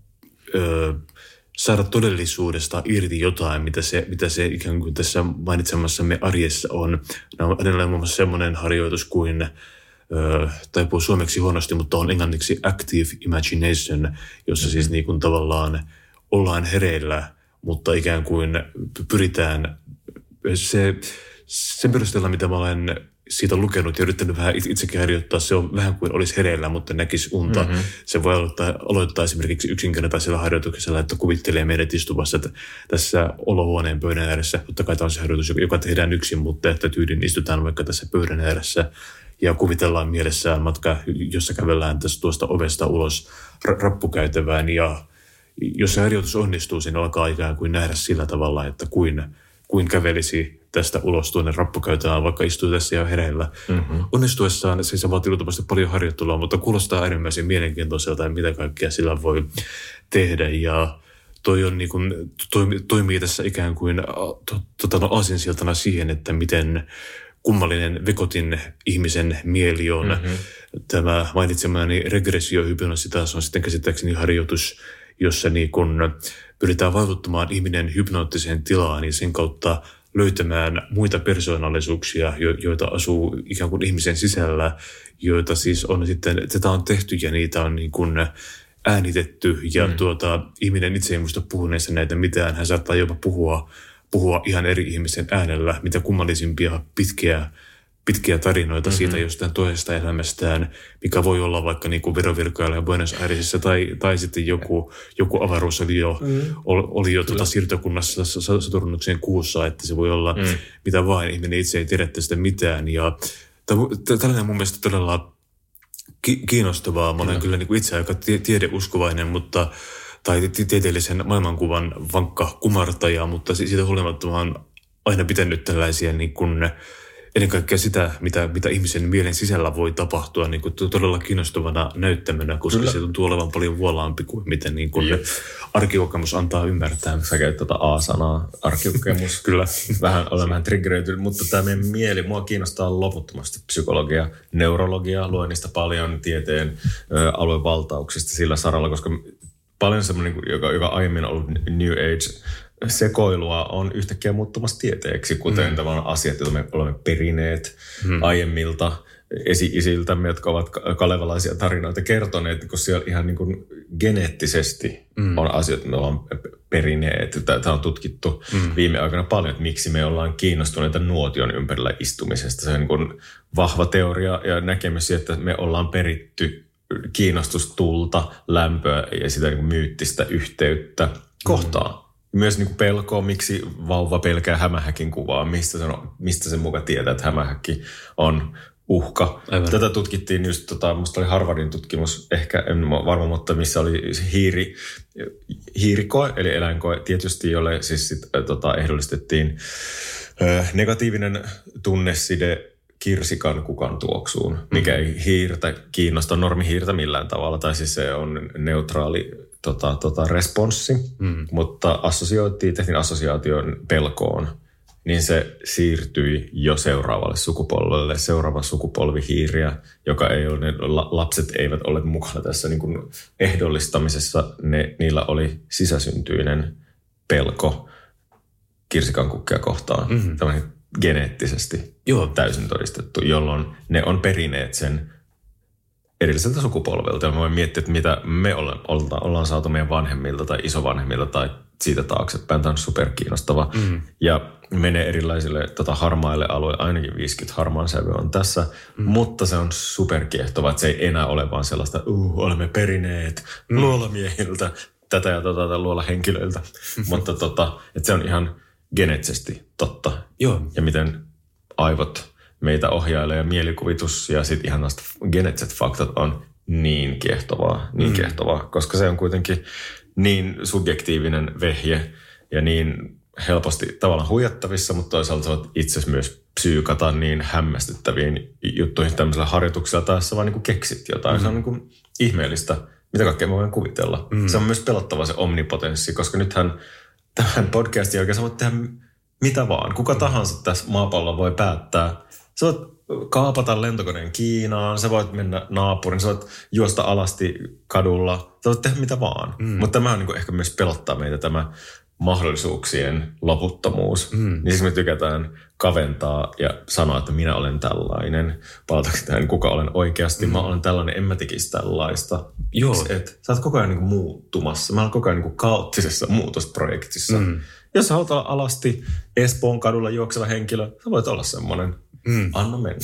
B: saada todellisuudesta irti jotain, mitä se ikään kuin tässä mainitsemassamme arjessa on. Hänellä on muun muassa semmoinen harjoitus kuin, taipuu suomeksi huonosti, mutta on englanniksi active imagination, jossa siis niin kuin tavallaan ollaan hereillä, mutta ikään kuin pyritään sen perusteella, mitä mä olen siitä lukenut ja yrittänyt vähän itsekin harjoittaa, se on vähän kuin olisi hereillä, mutta näkisi unta. Se voi aloittaa esimerkiksi yksinkertaisella harjoituksella, että kuvittelee meidät istuvassa tässä olohuoneen pöydän ääressä. Totta kai tämä on se harjoitus, joka tehdään yksin, mutta että tyydin istutaan vaikka tässä pöydän ääressä ja kuvitellaan mielessään matka, jossa kävellään tästä tuosta ovesta ulos rappukäytävään. Ja jos se harjoitus onnistuu, siinä alkaa ikään kuin nähdä sillä tavalla, että kuin kävelisi tästä ulos tuonne rappukäytävään, vaikka istuu tässä jo hereillä. Onnistuessaan se vaatii luultavasti paljon harjoittelua, mutta kuulostaa äärimmäisen mielenkiintoiselta, mitä kaikkea sillä voi tehdä. Ja toi on niin kuin, toimii tässä ikään kuin aasinsiltana siihen, että miten kummallinen vekotin ihmisen mieli on. Tämä mainitsemani regressiohypnoosi taas on sitten käsittääkseni harjoitus, jossa niin kun pyritään vaikuttamaan ihminen hypnoottiseen tilaan ja sen kautta löytämään muita persoonallisuuksia, joita asuu ikään kuin ihmisen sisällä, joita siis on sitten, tätä on tehty ja niitä on niin kuin äänitetty ja ihminen itse ei muista puhuneessa näitä mitään. Hän saattaa jopa puhua ihan eri ihmisen äänellä, mitä kummallisimpia pitkiä tarinoita siitä jostain toisesta elämästään, mikä voi olla vaikka niin kuin verovirkailija Buenos Airesissa tai sitten joku avaruus oli jo siirtokunnassa Saturnuksen kuussa, että se voi olla mitä vain, ihminen itse ei tiedä tästä mitään. Ja tällainen mun mielestä todella kiinnostavaa. Mä olen kyllä niin kuin itse aika tiedeuskovainen, tai tieteellisen maailmankuvan vankka kumartaja, mutta siitä huolimatta mä oon aina pitänyt tällaisia niin kuin ennen kaikkea sitä, mitä ihmisen mielen sisällä voi tapahtua niin kuin todella kiinnostavana näyttämönä, koska kyllä. Se tuntuu olevan paljon vuolaampi kuin miten niin kuin arkikokemus antaa ymmärtää.
D: Sä käyt A-sanaa, arkikokemus. Kyllä. Olen vähän triggeröitynyt, mutta tämä meidän mieli, mua kiinnostaa loputtomasti psykologia, neurologia, luen niistä paljon tieteen aluevaltauksista sillä saralla, koska paljon semmoinen, joka aiemmin on ollut New Age sekoilua on yhtäkkiä muuttumassa tieteeksi, kuten tavallaan asiat, joita me olemme perineet aiemmilta esi-isiltämme, jotka ovat kalevalaisia tarinoita kertoneet, kun siellä ihan niin kuin geneettisesti on asioita, me ollaan perineet. Tämä on tutkittu viime aikoina paljon, että miksi me ollaan kiinnostuneita nuotion ympärillä istumisesta. Se on niin kuin vahva teoria ja näkemys, että me ollaan peritty kiinnostustulta, lämpöä ja sitä niin kuin myyttistä yhteyttä kohtaan. Myös niin kuin pelkoa, miksi vauva pelkää hämähäkin kuvaa, mistä se muka tietää, että hämähäkki on uhka. Aivan. Tätä tutkittiin just, musta oli Harvardin tutkimus, ehkä en varma, mutta missä oli hiirikoe, eli eläinkoe tietysti, jolle siis ehdollistettiin negatiivinen tunneside kirsikan kukan tuoksuun, mikä ei hiirtä kiinnosta normihiirtä millään tavalla, tai siis se on neutraali responssi, mutta tehtiin assosiaation pelkoon, niin se siirtyi jo seuraavalle sukupolvelle. Seuraava sukupolvi hiiriä, joka ei ole, lapset eivät ole mukana tässä niin kuin ehdollistamisessa, niillä oli sisäsyntyinen pelko kirsikan kukkia kohtaan. Tällainen geneettisesti täysin todistettu, jolloin ne on perineet sen edelliseltä sukupolvelta. Ja mä voin miettiä, että mitä me ollaan saatu meidän vanhemmilta tai isovanhemmilta tai siitä taaksepäin. Tämä on superkiinnostava. Ja menee erilaisille harmaille alueille. Ainakin 50 harmaan sävy on tässä. Mutta se on superkiehtova, että se ei enää ole vaan sellaista, olemme perineet luolamiehiltä tätä ja luolahenkilöiltä. Mutta että se on ihan geneettisesti totta.
B: Joo.
D: Ja miten aivot meitä ohjailee ja mielikuvitus ja sitten ihan näistä geneettiset faktat on niin kiehtovaa, koska se on kuitenkin niin subjektiivinen vehje ja niin helposti tavallaan huijattavissa, mutta toisaalta sä voit itse myös psyykata niin hämmästyttäviin juttuihin tämmöisellä harjoituksella tai sä vaan niin kuin keksit jotain. Se on niin kuin ihmeellistä, mitä kaikkea mä voin kuvitella. Se on myös pelottava se omnipotenssi, koska nythän tämän podcastin jälkeen sä voit tehdä mitä vaan. Kuka tahansa tässä maapallolla voi päättää. Sä voit kaapata lentokoneen Kiinaan, sä voit mennä naapuriin, sä voit juosta alasti kadulla, sä voit tehdä mitä vaan. Mutta tämä on niin kuin ehkä myös pelottaa meitä tämä mahdollisuuksien loputtomuus. Niin siis me tykätään kaventaa ja sanoa, että minä olen tällainen. Palataanko tähän, kuka olen oikeasti? Mä olen tällainen, en mä tekisi tällaista.
B: Joo.
D: Sä oot koko ajan niin kuin muuttumassa. Mä olen koko ajan niin kuin kaoottisessa muutosprojektissa. Jos sä haluat olla alasti Espoon kadulla juokseva henkilö, sä voit olla semmoinen. Anna mennä.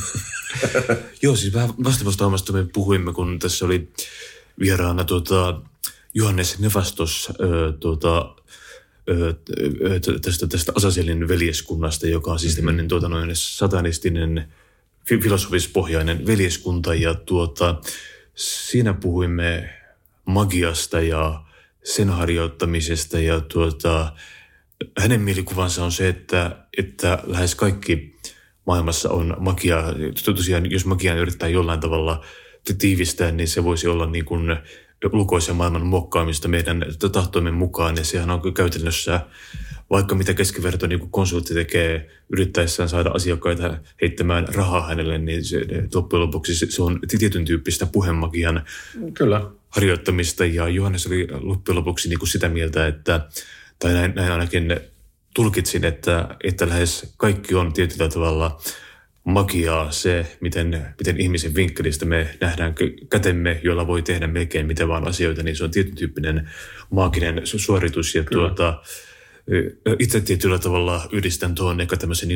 B: Joo, siis vähän vastaavasta me puhuimme, kun tässä oli vieraana Johannes Nevastos tästä Azazelin veljeskunnasta, joka on siis tämmöinen satanistinen filosofispohjainen veljeskunta. Ja siinä puhuimme magiasta ja sen harjoittamisesta. Ja hänen mielikuvansa on se, että lähes kaikki maailmassa on magia. Tosiaan, jos magiaa yrittää jollain tavalla tiivistää, niin se voisi olla niin kuin ulkoisen maailman muokkaamista meidän tahtoimme mukaan. Ja sehän on käytännössä, vaikka mitä keskiverto niin konsultti tekee yrittäessään saada asiakkaita heittämään rahaa hänelle, niin loppujen lopuksi se on tietyn tyyppistä puhemagian harjoittamista. Ja Johannes oli loppujen lopuksi niin kuin sitä mieltä, tai näin ainakin tulkitsin, että lähes kaikki on tietyllä tavalla magiaa, se, miten ihmisen vinkkelistä me nähdään kätemme, jolla voi tehdä melkein mitä vaan asioita, niin se on tietyn tyyppinen maaginen suoritus. Ja itse tietyllä tavalla yhdistän tuon ehkä tämmöisen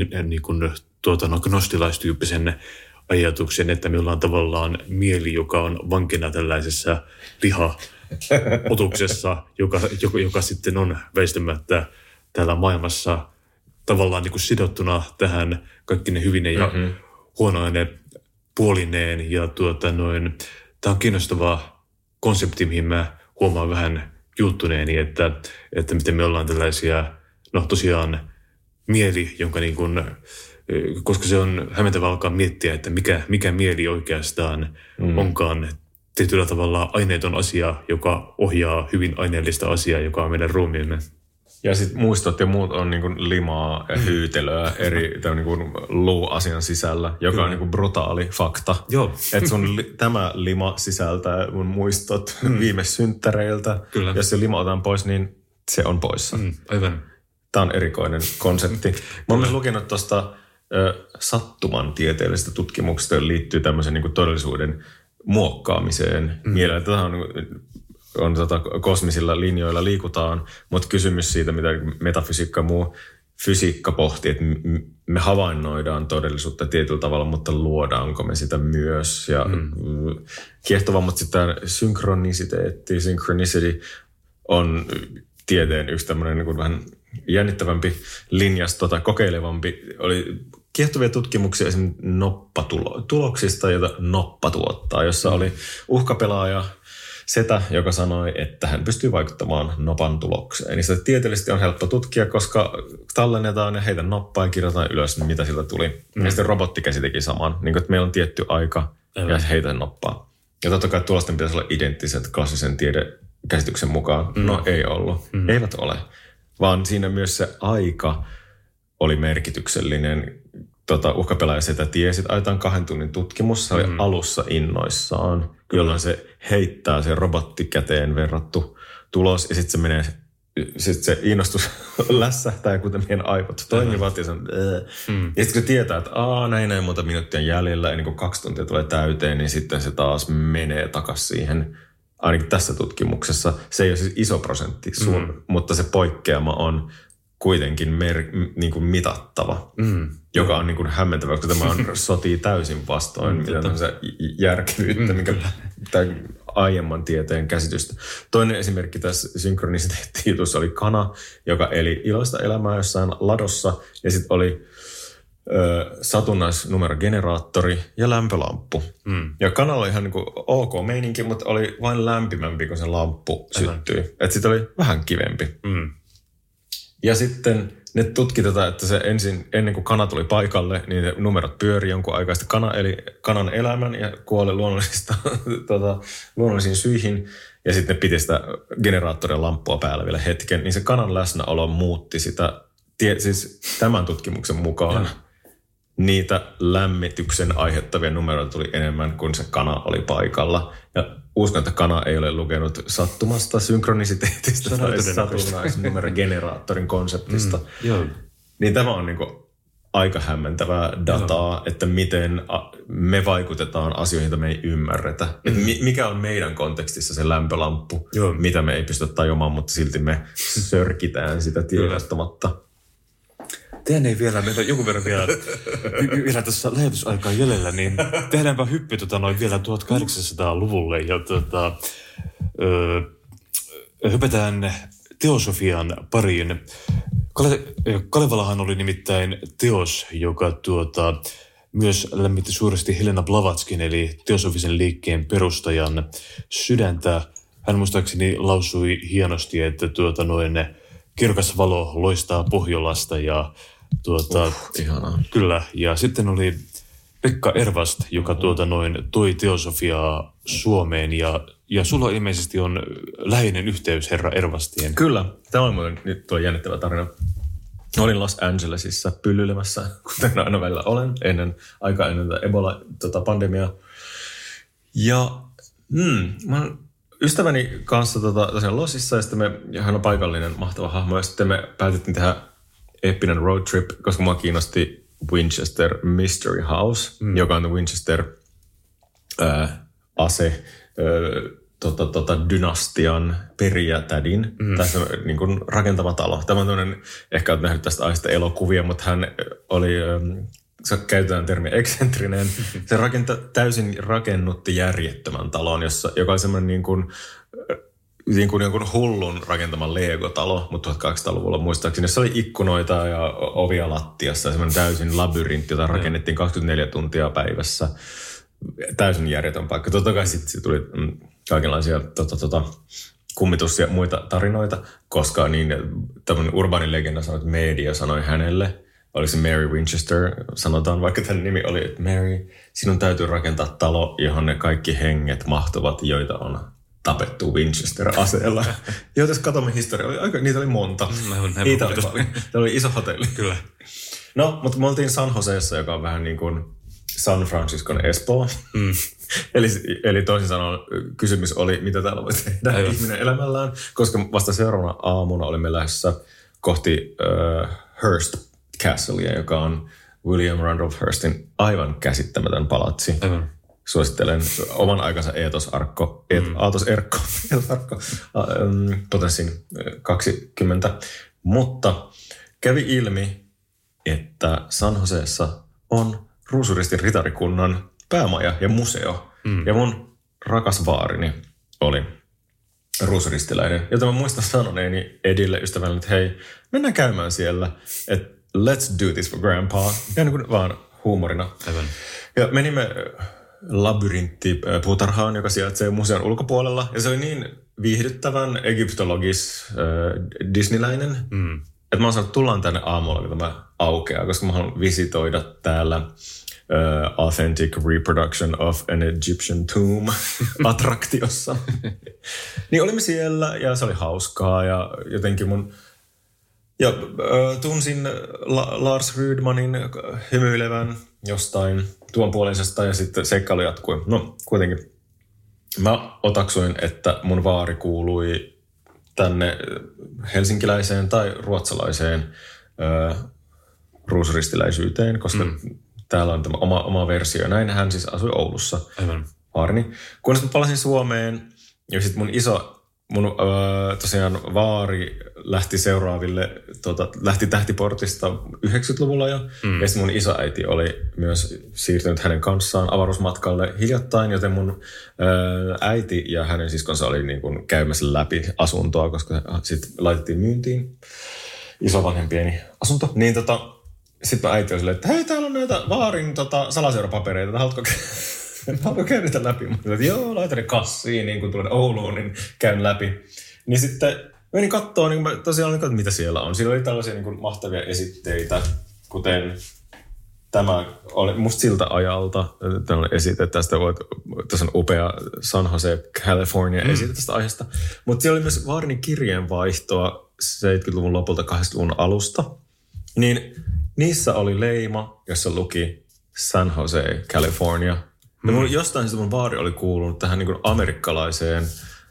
B: gnostilaistyyppisen ajatuksen, että meillä on tavallaan mieli, joka on vankina tällaisessa liha-otuksessa, joka sitten on väistämättä täällä maailmassa tavallaan niin kuin sidottuna tähän kaikki ne hyvinen ja huonoinen puolineen. Ja tämä on kiinnostava konsepti, mihin mä huomaan vähän juuttuneeni, että miten me ollaan tällaisia, tosiaan mieli, jonka niin kuin, koska se on hämmentävä alkaa miettiä, että mikä mieli oikeastaan onkaan tietyllä tavalla aineeton asia, joka ohjaa hyvin aineellista asiaa, joka on meidän ruumiimme.
D: Ja sitten muistot ja muut on niin kuin limaa ja hyytelöä eri niin kuin luuasian sisällä, joka on niin kuin brutaali fakta.
B: Joo.
D: Että tämä lima sisältää mun muistot viime synttäreiltä.
B: Kyllä.
D: Jos se lima otetaan pois, niin se on poissa.
B: Aivan.
D: Tämä on erikoinen konsepti. Mä oon myös lukenut tuosta sattuman tieteellisestä tutkimuksesta liittyy tämmöisen niin kuin todellisuuden muokkaamiseen. Mielellä tätä on kosmisilla linjoilla liikutaan, mutta kysymys siitä, mitä metafysiikka ja muu fysiikka pohti, että me havainnoidaan todellisuutta tietyllä tavalla, mutta luodaanko me sitä myös. Ja kiehtova, mutta sitten tämä synchronicity on tieteen yksi tämmöinen niin kuin vähän jännittävämpi linjas, kokeilevampi. Oli kiehtovia tutkimuksia esimerkiksi noppatuloksista, joita noppa tuottaa, jossa oli uhkapelaaja, setä, joka sanoi, että hän pystyy vaikuttamaan nopan tulokseen. Niin sitä tieteellisesti on helppo tutkia, koska tallennetaan ja heitä noppaa ja kirjoitetaan ylös, mitä sillä tuli. Ja sitten robottikäsi teki saman. Niin kuin, että meillä on tietty aika ja heitä noppaa. Ja totta kai tulosten pitäisi olla identtiset klassisen tiedekäsityksen mukaan. No ei ollut. Eivät ole. Vaan siinä myös se aika oli merkityksellinen. Uhkapelaaja setä tiesi, että ajetaan 2 tunnin tutkimus. Se oli alussa innoissaan, jolloin se heittää sen robottikäteen verrattu tulos. Ja sitten se menee, se innostus lässähtää, kuten meidän aivot toimivat. Ja sitten kun se tietää, että näin monta minuuttia jäljellä, ennen kuin 2 tuntia tulee täyteen, niin sitten se taas menee takaisin siihen. Ainakin tässä tutkimuksessa. Se ei ole siis iso prosentti, mutta se poikkeama on kuitenkin niin kuin mitattava, joka on niin kuin hämmentävä, koska tämä on sotii täysin vastoin mitä järkevyyttä, mikä aiemman tieteen käsitystä. Toinen esimerkki tässä synkronisiteettijutussa oli kana, joka eli iloista elämää jossain ladossa, ja sitten oli satunnaisnumerogeneraattori ja lämpölamppu. Ja kanalla oli ihan niin kuin ok meininki, mutta oli vain lämpimämpi, kun se lamppu syttyi. Että sitten oli vähän kivempi. Ja sitten ne tutki tätä, että se ennen kuin kana tuli paikalle, niin ne numerot pyöri jonkun aikaa. Sitten kana eli kanan elämän ja kuoli luonnollisiin syihin. Ja sitten ne piti sitä generaattorin lamppua päällä vielä hetken. Niin se kanan läsnäolo muutti sitä, siis tämän tutkimuksen mukaan, niitä lämmityksen aiheuttavia numeroita tuli enemmän kuin se kana oli paikalla. Ja uskon, että kana ei ole lukenut sattumasta, synkronisiteetistä tai satunnaisnumerogeneraattorin konseptista. Niin tämä on niinku aika hämmentävää dataa, että miten me vaikutetaan asioihin, joita me ei ymmärretä. Mikä on meidän kontekstissa se lämpölamppu, mitä me ei pystytä tajumaan, mutta silti me sörkitään sitä tiedottamatta.
B: Tehän ei vielä, meillä on joku verran vielä tässä lähetysaikaa jäljellä, niin tehdäänpä hyppy vielä 1800-luvulle ja hypätään teosofian pariin. Kalevalahan oli nimittäin teos, joka myös lämmitti suuresti Helena Blavatskin, eli teosofisen liikkeen perustajan sydäntä. Hän muistaakseni lausui hienosti, että kirkas valo loistaa Pohjolasta ja
D: ihanaa.
B: Kyllä, ja sitten oli Pekka Ervast, joka toi teosofiaa Suomeen ja sulla ilmeisesti on läheinen yhteys herra Ervastien.
D: Kyllä, tämä on muuten nyt tuo jännittävä tarina. Olin Los Angelesissa pyllyilemässä, kuten aina välillä olen, ennen Ebola-pandemiaa. Ja mä olen ystäväni kanssa tosiaan Losissa, ja sitten hän on paikallinen mahtava hahmo, ja sitten me päätettiin tehdä eeppinen road trip, koska mua kiinnosti Winchester Mystery House, joka on Winchester ase dynastian perijätädin tässä niin kuin rakentama talo. Tämä on tämmöinen, ehkä olet nähnyt tästä aiheesta elokuvia, mutta hän oli, käytetään termiä eksentrinen. Se täysin rakennutti järjettömän talon, joka oli semmoinen niin kuin jonkun hullun rakentaman Lego-talo, mutta 1800-luvulla muistaakseni, jossa oli ikkunoita ja ovia lattiassa ja semmoinen täysin labyrintti, jota rakennettiin 24 tuntia päivässä. Täysin järjetön paikka. Totta kai sitten tuli kaikenlaisia kummitus ja muita tarinoita, koska niin tämmöinen urbaani legenda sanoi, että media sanoi hänelle, oli se Mary Winchester, sanotaan, vaikka tämän nimi oli, että Mary, sinun täytyy rakentaa talo, johon ne kaikki henget mahtuvat, joita on tapettu Winchester-aseella. Joo, tässä katsomme historiaa. Niitä oli monta. Niitä oli paljon. Tämä oli iso hotelli.
B: Kyllä.
D: No, mutta me oltiin San Joseessa, joka on vähän niin kuin San Franciscon Espoo. Eli toisin sanoen kysymys oli, mitä täällä voi tehdä ihminen elämällään, koska vasta seuraavana aamuna olimme lähdössä kohti Hearst Castlea, joka on William Randolph Hearstin aivan käsittämätön palatsi.
B: Aivan.
D: Suosittelen oman aikansa Eetos-arkko, Potenssin 20. Mutta kävi ilmi, että San Joseessa on Ruusuristin ritarikunnan päämaja ja museo. Ja mun rakas vaarini oli ruusuristiläinen. Joten mä muistan sanoneeni Edille ystävälle, että hei, mennään käymään siellä, että let's do this for grandpa. Ja niin kuin vaan huumorina.
B: Aivan.
D: Ja menimme labyrinttipuutarhaan, joka sijaitsee museon ulkopuolella. Ja se oli niin viihdyttävän egyptologis Disneyläinen, että mä oon sanonut, että tullaan tänne aamulla, kun tämä aukeaa, koska mä haluan visitoida täällä Authentic Reproduction of an Egyptian Tomb -attraktiossa. Niin olimme siellä ja se oli hauskaa ja jotenkin tunsin Lars Rydmanin hymyilevän jostain tuon puolisesta ja sitten seikkailu jatkui. No kuitenkin mä otaksuin, että mun vaari kuului tänne helsinkiläiseen tai ruotsalaiseen ruusuristiläisyyteen, koska täällä on tämä oma versio. Näin hän siis asui Oulussa, vaarini. Kunnes mä palasin Suomeen ja sitten mun tosiaan vaari lähti seuraaville, lähti Tähtiportista 90-luvulla jo. Ja sitten mun isoäiti oli myös siirtynyt hänen kanssaan avaruusmatkalle hiljattain, joten mun äiti ja hänen siskonsa oli niin kuin käymässä läpi asuntoa, koska sitten laitettiin myyntiin isovanhempieni asunto. Niin sitten äiti oli silleen, että hei, täällä on näitä vaarin salaseurapapereita, haluatko käydä niitä läpi? Mä sanoin, että joo, laita ne kassiin, niin kun tulen Ouluun, niin käyn läpi. Niin sitten menin katsoa, niin mä tosiaan että mitä siellä on. Siinä oli tällaisia niin kuin mahtavia esitteitä, kuten tämä oli musta siltä ajalta tällainen esite tästä, tässä on upea San Jose, California esite tästä aiheesta. Mutta siellä oli myös vaarini kirjeenvaihtoa 70-luvun lopulta 80-luvun alusta. Niin niissä oli leima, jossa luki San Jose, California. Ja jostain sitä mun vaari oli kuulunut tähän niin kuin amerikkalaiseen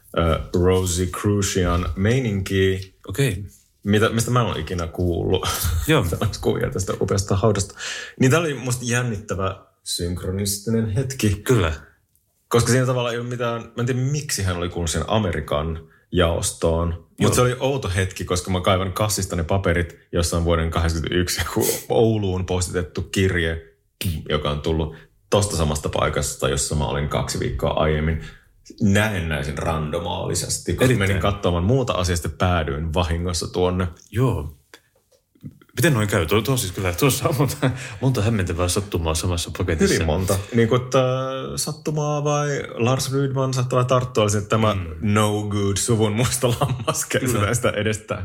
D: Rosicrucian meininkiin.
B: Okei.
D: Mistä mä en ole ikinä kuullut.
B: Joo.
D: Tällaista kuvia tästä upeasta haudasta. Niin tää oli musta jännittävä synkronistinen hetki.
B: Kyllä.
D: Koska siinä tavalla ei ole mitään, mä en tiedä miksi hän oli kuullut sen Amerikan jaostoon. Mutta se oli outo hetki, koska mä kaivan kassista ne paperit, jossa on vuoden 1981 Ouluun postitettu kirje, joka on tullut tosta samasta paikasta, jossa mä olin 2 viikkoa aiemmin näennäisen randomaalisesti. Kun menin katsomaan muuta asiasta, päädyin vahingossa tuonne.
B: Joo. Miten noin käy? Tuo siis kyllä, tuossa on monta hämmentävää sattumaa samassa paketissa.
D: Hyvin monta. Niin kuin, sattumaa vai Lars Rydman saattaa tarttua olisi, että tämä no good suvun musta lammas kärsitään sitä edestään.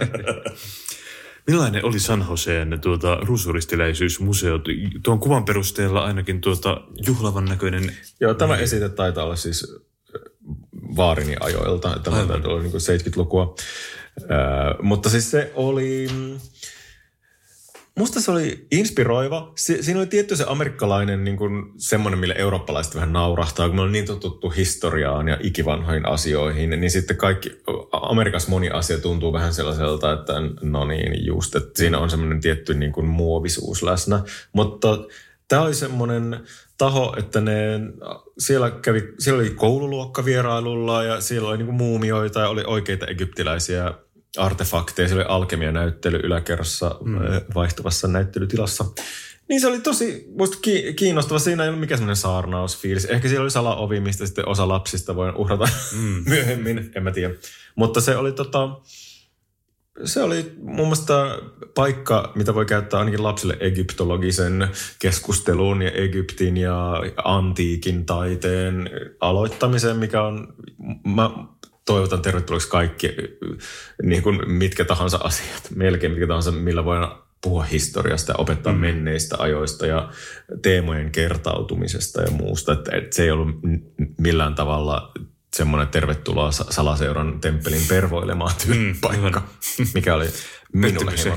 B: Millainen oli San Joseen ruusuristiläisyysmuseo? Tuon kuvan perusteella ainakin juhlavan näköinen.
D: Joo, tämä esite taitaa olla siis vaarini ajoilta. Tämä taitaa olla niin kuin 70-lukua. Mutta siis se oli... Musta se oli inspiroiva. Siinä oli tietty se amerikkalainen niin kuin semmoinen, millä eurooppalaiset vähän naurahtaa. Kun me on niin totuttu historiaan ja ikivanhoihin asioihin, niin sitten Amerikassa moni asia tuntuu vähän sellaiselta, että no niin just, että siinä on semmoinen tietty niin kuin muovisuus läsnä. Mutta tämä oli semmoinen taho, että siellä oli koululuokka vierailulla ja siellä oli niin kuin muumioita ja oli oikeita egyptiläisiä artefakteja. Siellä oli alkemianäyttely yläkerrassa vaihtuvassa näyttelytilassa. Niin se oli tosi musta kiinnostava. Siinä ei ollut mikään semmoinen saarnausfiilis. Ehkä siellä oli salaovi, mistä sitten osa lapsista voi uhrata myöhemmin. En mä tiedä. Mutta se oli se oli mun mielestä paikka, mitä voi käyttää ainakin lapsille egyptologisen keskustelun ja Egyptin ja antiikin taiteen aloittamiseen, mikä on... Mä toivotan tervetulleeksi kaikki niin kuin mitkä tahansa asiat, melkein mitkä tahansa, millä voidaan puhua historiasta ja opettaa menneistä ajoista ja teemojen kertautumisesta ja muusta. Että se ei ollut millään tavalla semmoinen tervetuloa salaseuran temppelin pervoilemaan paikka, mikä oli minulle hieman.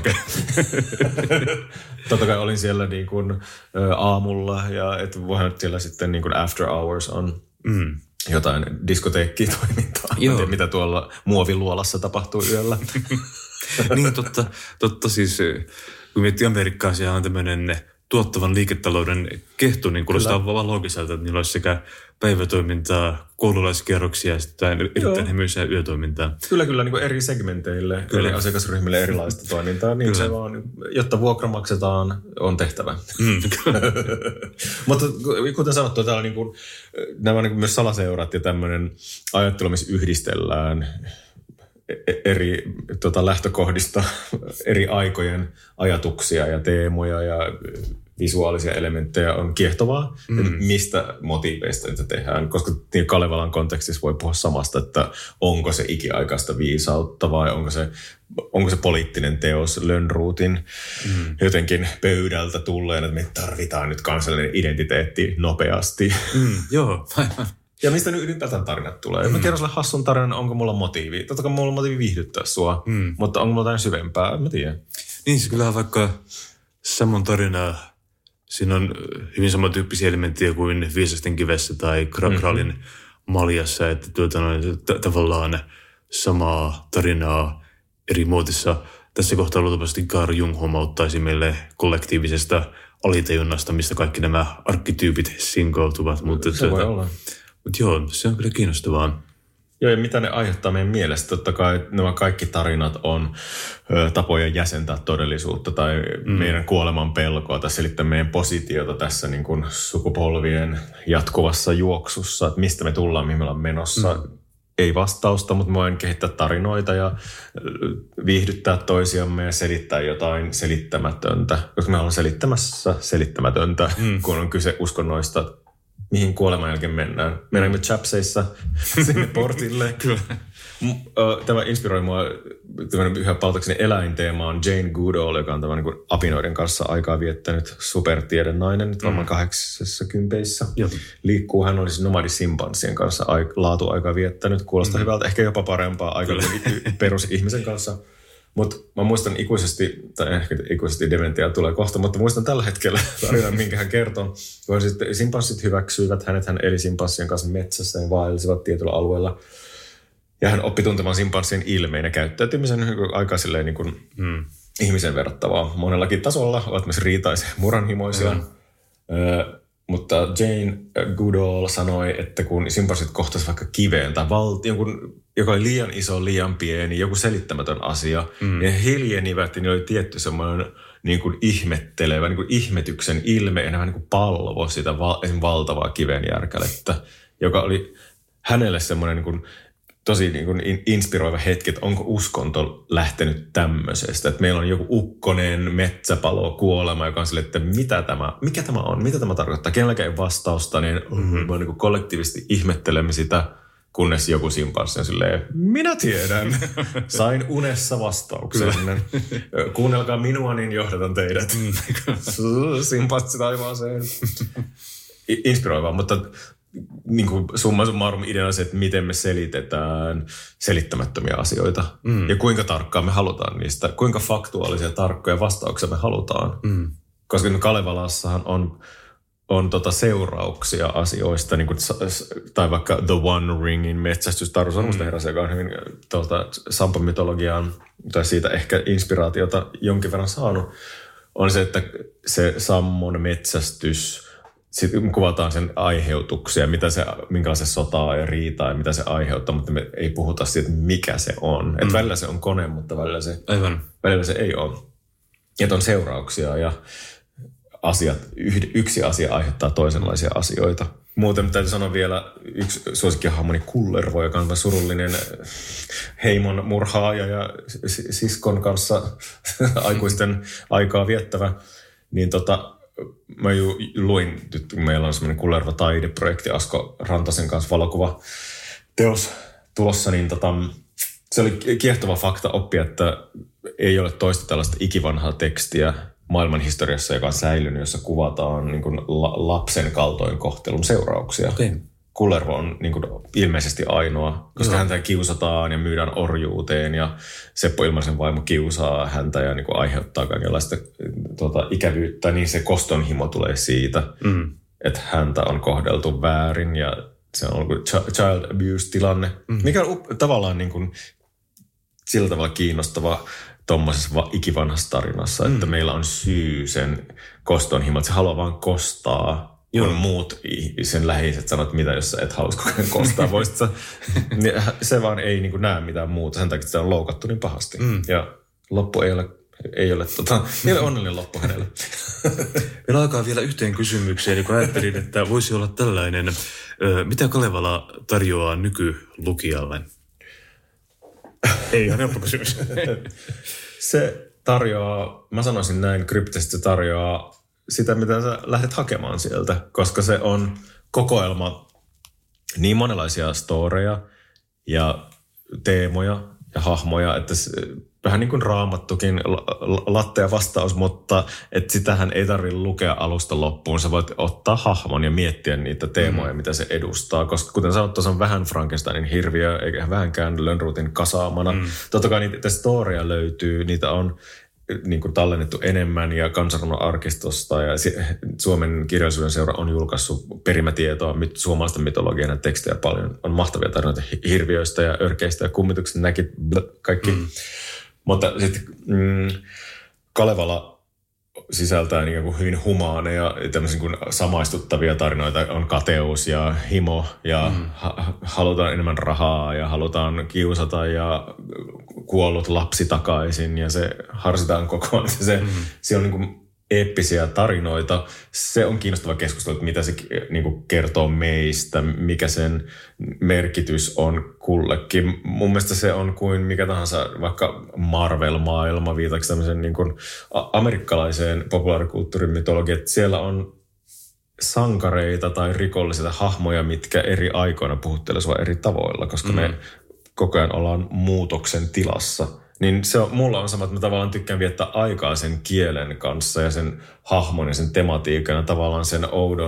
D: Totta kai olin siellä niin kuin aamulla ja että voihan siellä sitten niin kuin after hours on jotain diskoteekkitoimintaa. En tiedä, mitä tuolla muoviluolassa tapahtuu yöllä.
B: Niin, totta siis, kun miettii Amerikkaa, siellä on tämmöinen tuottavan liiketalouden kehto, niin kuulostaa vaan loogiselta, että niillä olisi sekä päivätoimintaa, koululaiskierroksia ja sitten erittäin hemyisää yötoimintaa.
D: Kyllä niin kuin eri segmenteille, eri asiakasryhmille erilaista toimintaa, niin se vaan, jotta vuokra maksetaan, on tehtävä. Mutta kuten sanottu, täällä niin kuin, nämä niin kuin myös salaseurat ja tämmöinen ajattelu, missä yhdistellään eri lähtökohdista, eri aikojen ajatuksia ja teemoja ja visuaalisia elementtejä on kiehtovaa, että mistä motiiveista niitä tehdään. Koska Kalevalan kontekstissa voi puhua samasta, että onko se ikiaikaista viisautta vai onko se poliittinen teos Lönnrotin jotenkin pöydältä tulleen, että me tarvitaan nyt kansallinen identiteetti nopeasti.
B: Joo, aivan.
D: Ja mistä nyt ylipäätään tarinat tulee? Mä kerron sulle hassun tarinan, onko mulla motiivi. Totta kai mulla on motiivi viihdyttää sua, mutta onko mulla jotain syvempää? En mä tiedä.
B: Niin, se kyllähän vaikka Sammon tarina, siinä on hyvin samantyyppisiä elementtejä kuin Viisasten kivessä tai Kraalin maljassa, että tavallaan samaa tarinaa eri muotissa. Tässä kohtaa luultavasti Carl Jung huomauttaisi meille kollektiivisesta alitajunnasta, mistä kaikki nämä arkkityypit sinkoutuvat.
D: Se voi olla.
B: Mutta joo, se on kyllä kiinnostavaa.
D: Joo, ja mitä ne aiheuttaa meidän mielestä? Totta kai nämä kaikki tarinat on tapoja jäsentää todellisuutta tai meidän kuoleman pelkoa tai selittää meidän positiota tässä niin kuin sukupolvien jatkuvassa juoksussa, että mistä me tullaan, mihin me ollaan menossa. Ei vastausta, mutta me voin kehittää tarinoita ja viihdyttää toisiamme ja selittää jotain selittämätöntä, koska me ollaan selittämässä selittämätöntä, kun on kyse uskonnoista, mihin kuoleman jälkeen mennään. Mennäänkö chapseissa sinne portille?
B: Kyllä.
D: Tämä inspiroi mua, tämmöinen yhä paltakseni eläinteema on Jane Goodall, joka on tämä niin kuin apinoiden kanssa aikaa viettänyt supertiedennainen, nyt varmaan 80-issä. Liikkuu, hän olisi nomadisimpanssien kanssa laatuaikaa viettänyt. Kuulostaa hyvältä, ehkä jopa parempaa aikaa kuin perusihmisen kanssa. Mutta mä muistan ikuisesti, tai ehkä ikuisesti dementia tulee kohta, mutta muistan tällä hetkellä tarinan, minkä hän kertoo. Kun sitten simpanssit hyväksyivät hänet, hän eli simpanssien kanssa metsässä ja vaellisivat tietyllä alueella. Ja hän oppi tuntemaan simpanssien ilmeen ja käyttäytymisen aika silleen niin kuin ihmisen verrattavaa. Monellakin tasolla ovat myös riitaisia muranhimoisia. Mutta Jane Goodall sanoi, että kun simpanssit kohtasivat vaikka kiveen tai jonkun, joka oli liian iso, liian pieni, joku selittämätön asia, niin he hiljenivät ja niin oli tietty semmoinen niin kuin ihmettelevä, niin kuin ihmetyksen ilme ja vähän niin kuin palvo sitä valtavaa kivenjärkälettä, joka oli hänelle semmoinen niin kuin tosi niin kuin inspiroiva hetki, että onko uskonto lähtenyt tämmöisestä. Että meillä on joku ukkonen, metsäpalo, kuolema, joka on sille, että mikä tämä on, mitä tämä tarkoittaa. Kenelläkään ei vastausta, niin me niin kuin kollektiivisesti ihmettelemme sitä, kunnes joku simpanssi on silleen, minä tiedän, sain unessa vastauksen. Kuunnelkaa minua, niin johdatan teidät. Simpanssi taivaaseen. Inspiroivaa, mutta niin kuin summa summarum ideana se, että miten me selitetään selittämättömiä asioita ja kuinka tarkkaan me halutaan niistä, kuinka faktuaalisia tarkkoja vastauksia me halutaan. Koska Kalevalassahan on seurauksia asioista, niin kuin, tai vaikka The One Ringin metsästys. Taru Sormusta heräsi, joka on hyvin Sampan mytologiaan, tai siitä ehkä inspiraatiota jonkin verran saanut, on se, että se Sammon metsästys, sitten kuvataan sen aiheutuksia, minkälaista sotaa ja riitaa ja mitä se aiheuttaa, mutta me ei puhuta siitä, mikä se on. Että välillä se on kone, mutta välillä se ei ole. Että on seurauksia ja yksi asia aiheuttaa toisenlaisia asioita. Muuten täytyy sanoa vielä yksi suosikkihahmoni Kullervo, joka on surullinen heimon murhaaja ja siskon kanssa aikuisten aikaa viettävä. Niin mä luin, nyt meillä on semmoinen Kullervo taideprojekti Asko Rantasen kanssa valokuvateos tulossa, niin se oli kiehtova fakta oppia, että ei ole toista tällaista ikivanhaa tekstiä maailman historiassa, joka on säilynyt, jossa kuvataan niin kuin lapsen kaltoinkohtelun seurauksia. Okay. Kullervo on niin kuin ilmeisesti ainoa, koska häntä kiusataan ja myydään orjuuteen ja Seppo Ilmarisen vaimo kiusaa häntä ja niin kuin aiheuttaa kaikenlaista ikävyyttä, niin se kostonhimo tulee siitä, että häntä on kohdeltu väärin ja se on ollut child abuse-tilanne, mikä on tavallaan niin kuin sillä tavalla kiinnostava tuommoisessa ikivanhassa tarinassa, että meillä on syy sen koston himo, että se haluaa vaan kostaa, kun muut sen läheiset sanoo, että mitä jos sä et halus koko ajan kostaa, voisit sä. Se vaan ei niin kuin näe mitään muuta, sen takia, että se on loukattu niin pahasti. Ja loppu ei ole onnellinen loppu hänelle.
B: Meillä alkaa vielä yhteen kysymykseen, kun ajattelin, että voisi olla tällainen. Mitä Kalevala tarjoaa nykylukijalle? Ei ihan helppo kysymys.
D: Se tarjoaa, mä sanoisin näin kryptisesti, se tarjoaa sitä, mitä sä lähdet hakemaan sieltä, koska se on kokoelma niin monenlaisia storeja ja teemoja ja hahmoja, että vähän niin kuin Raamattukin, latte ja vastaus, mutta että sitähän ei tarvitse lukea alusta loppuun. Sä voit ottaa hahmon ja miettiä niitä teemoja, mitä se edustaa. Koska kuten sanottu, se on vähän Frankensteinin hirviö, eikä vähänkään Lönnrotin kasaamana. Totta kai niitä storeja löytyy, niitä on niin kuin tallennettu enemmän ja Kansanrunnon arkistosta ja Suomen kirjallisuuden seura on julkaissut perimätietoa suomalaisten mytologian ja tekstejä paljon. On mahtavia tarinoita hirviöistä ja örkeistä ja kummitukset näki kaikki. Mutta sitten Kalevala sisältää niin kuin hyvin humaaneja, tämmöisiä kuin samaistuttavia tarinoita. On kateus ja himo ja halutaan enemmän rahaa ja halutaan kiusata ja kuollut lapsi takaisin ja se harsitaan koko ajan. Se on niin kuin eeppisiä tarinoita. Se on kiinnostava keskustelu, että mitä se niin kuin kertoo meistä, mikä sen merkitys on kullekin. Mun mielestä se on kuin mikä tahansa vaikka Marvel-maailma, viitaksi tämmöisen niin kuin amerikkalaiseen populaarikulttuurin mytologiaan, että siellä on sankareita tai rikollisia hahmoja, mitkä eri aikoina puhuttelee sua eri tavoilla, koska me koko ajan ollaan muutoksen tilassa. Niin mulla on sama, että mä tavallaan tykkään viettää aikaa sen kielen kanssa ja sen hahmon ja sen tematiikan ja tavallaan sen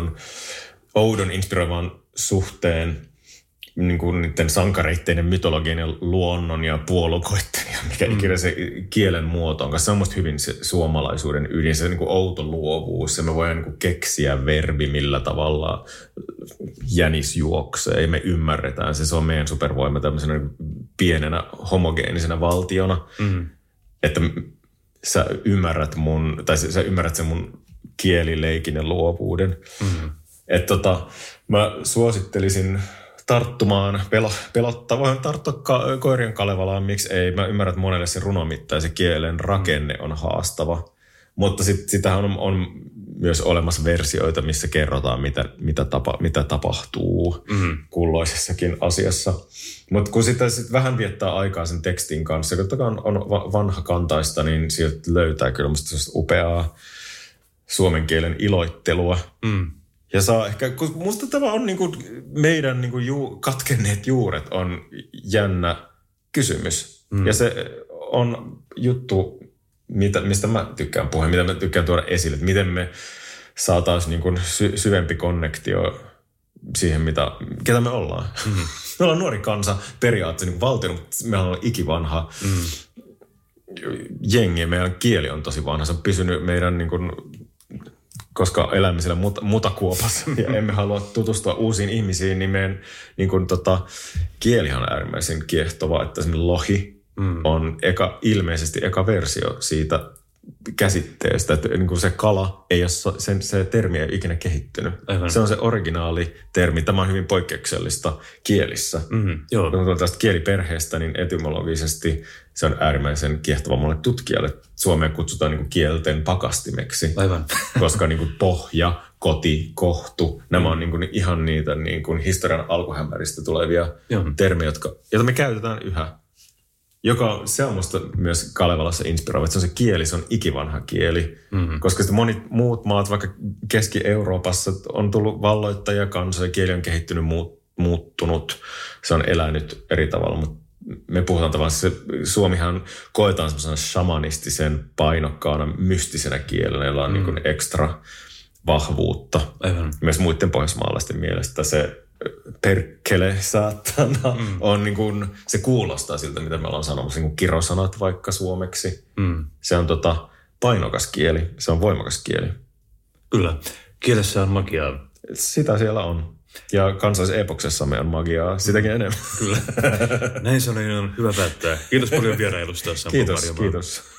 D: oudon inspiroivan suhteen niin kuin niiden sankareiden ja mytologian ja luonnon ja puolukoiden ja mikä ikinä se kielen muoto on. Se on musta hyvin se suomalaisuuden ydin, se niin kuin outo luovuus. Ja me voidaan niin kuin keksiä verbi, millä tavalla jänis juoksee. Me ymmärretään se on meidän supervoima tämmöisenä pienenä homogeenisena valtiona. Että sä ymmärrät sä ymmärrät sen mun kielileikin ja luovuuden. Että mä suosittelisin tarttumaan voin tarttua koirien Kalevalaan, miksi ei. Mä ymmärrän, että monelle se runomittaisen kielen rakenne on haastava. Mutta sitähän on myös olemassa versioita, missä kerrotaan, mitä tapahtuu kulloisessakin asiassa. Mutta kun sitä sit vähän viettää aikaa sen tekstin kanssa, kun on vanhakantaista, niin sieltä löytää kyllä musta upeaa suomen kielen iloittelua. Ja saa ehkä, kun musta tämä on niinku meidän niinku katkenneet juuret on jännä kysymys. Ja se on juttu, mistä mä tykkään puhua, mitä mä tykkään tuoda esille. Että miten me saataisiin niinku syvempi konnektio siihen, ketä me ollaan. Me ollaan nuori kansa periaatteessa niinku valtio, mutta me ollaan ikivanha jengi. Meidän kieli on tosi vanha. Se on pysynyt meidän niinku, koska elämme siellä mutakuopassa ja emme halua tutustua uusiin ihmisiin, niin meidän niin kuin, kielihan on äärimmäisen kiehtova, että lohi on ilmeisesti eka versio siitä käsitteestä, että niin kuin se kala ei ole, se termi ei ole ikinä kehittynyt. Aivan. Se on se originaali termi. Tämä on hyvin poikkeuksellista kielissä. Kun tulee tästä kieliperheestä, niin etymologisesti se on äärimmäisen kiehtova monelle tutkijalle. Suomea kutsutaan niin kuin kielten pakastimeksi. Aivan. Koska niin kuin pohja, koti, kohtu, nämä on niin kuin ihan niitä niin kuin historian alkuhämäristä tulevia termejä, joita me käytetään yhä. Se on musta myös Kalevalassa inspiroiva, että se on se kieli, se on ikivanha kieli. Koska sitten monet muut maat, vaikka Keski-Euroopassa, on tullut valloittajia kanssa ja kieli on kehittynyt, muuttunut. Se on elänyt eri tavalla, mutta me puhutaan tavallaan, Suomihan koetaan semmoisena shamanistisen, painokkaana, mystisenä kielenä, jolla on niin kuin ekstra vahvuutta. Aivan. Myös muiden pohjoismaalaisten mielestä se perkele saatana on niin kuin, se kuulostaa siltä, mitä me ollaan sanomassa, niin kuin kirosanat vaikka suomeksi. Se on painokas kieli, se on voimakas kieli.
B: Kyllä, kielessä on magiaa.
D: Sitä siellä on. Ja kansallisepoksessamme on magiaa sitäkin enemmän.
B: Kyllä. Näin sanoen on hyvä päättää. Kiitos paljon vierailusta, Sampo Marjamaa.
D: Kiitos.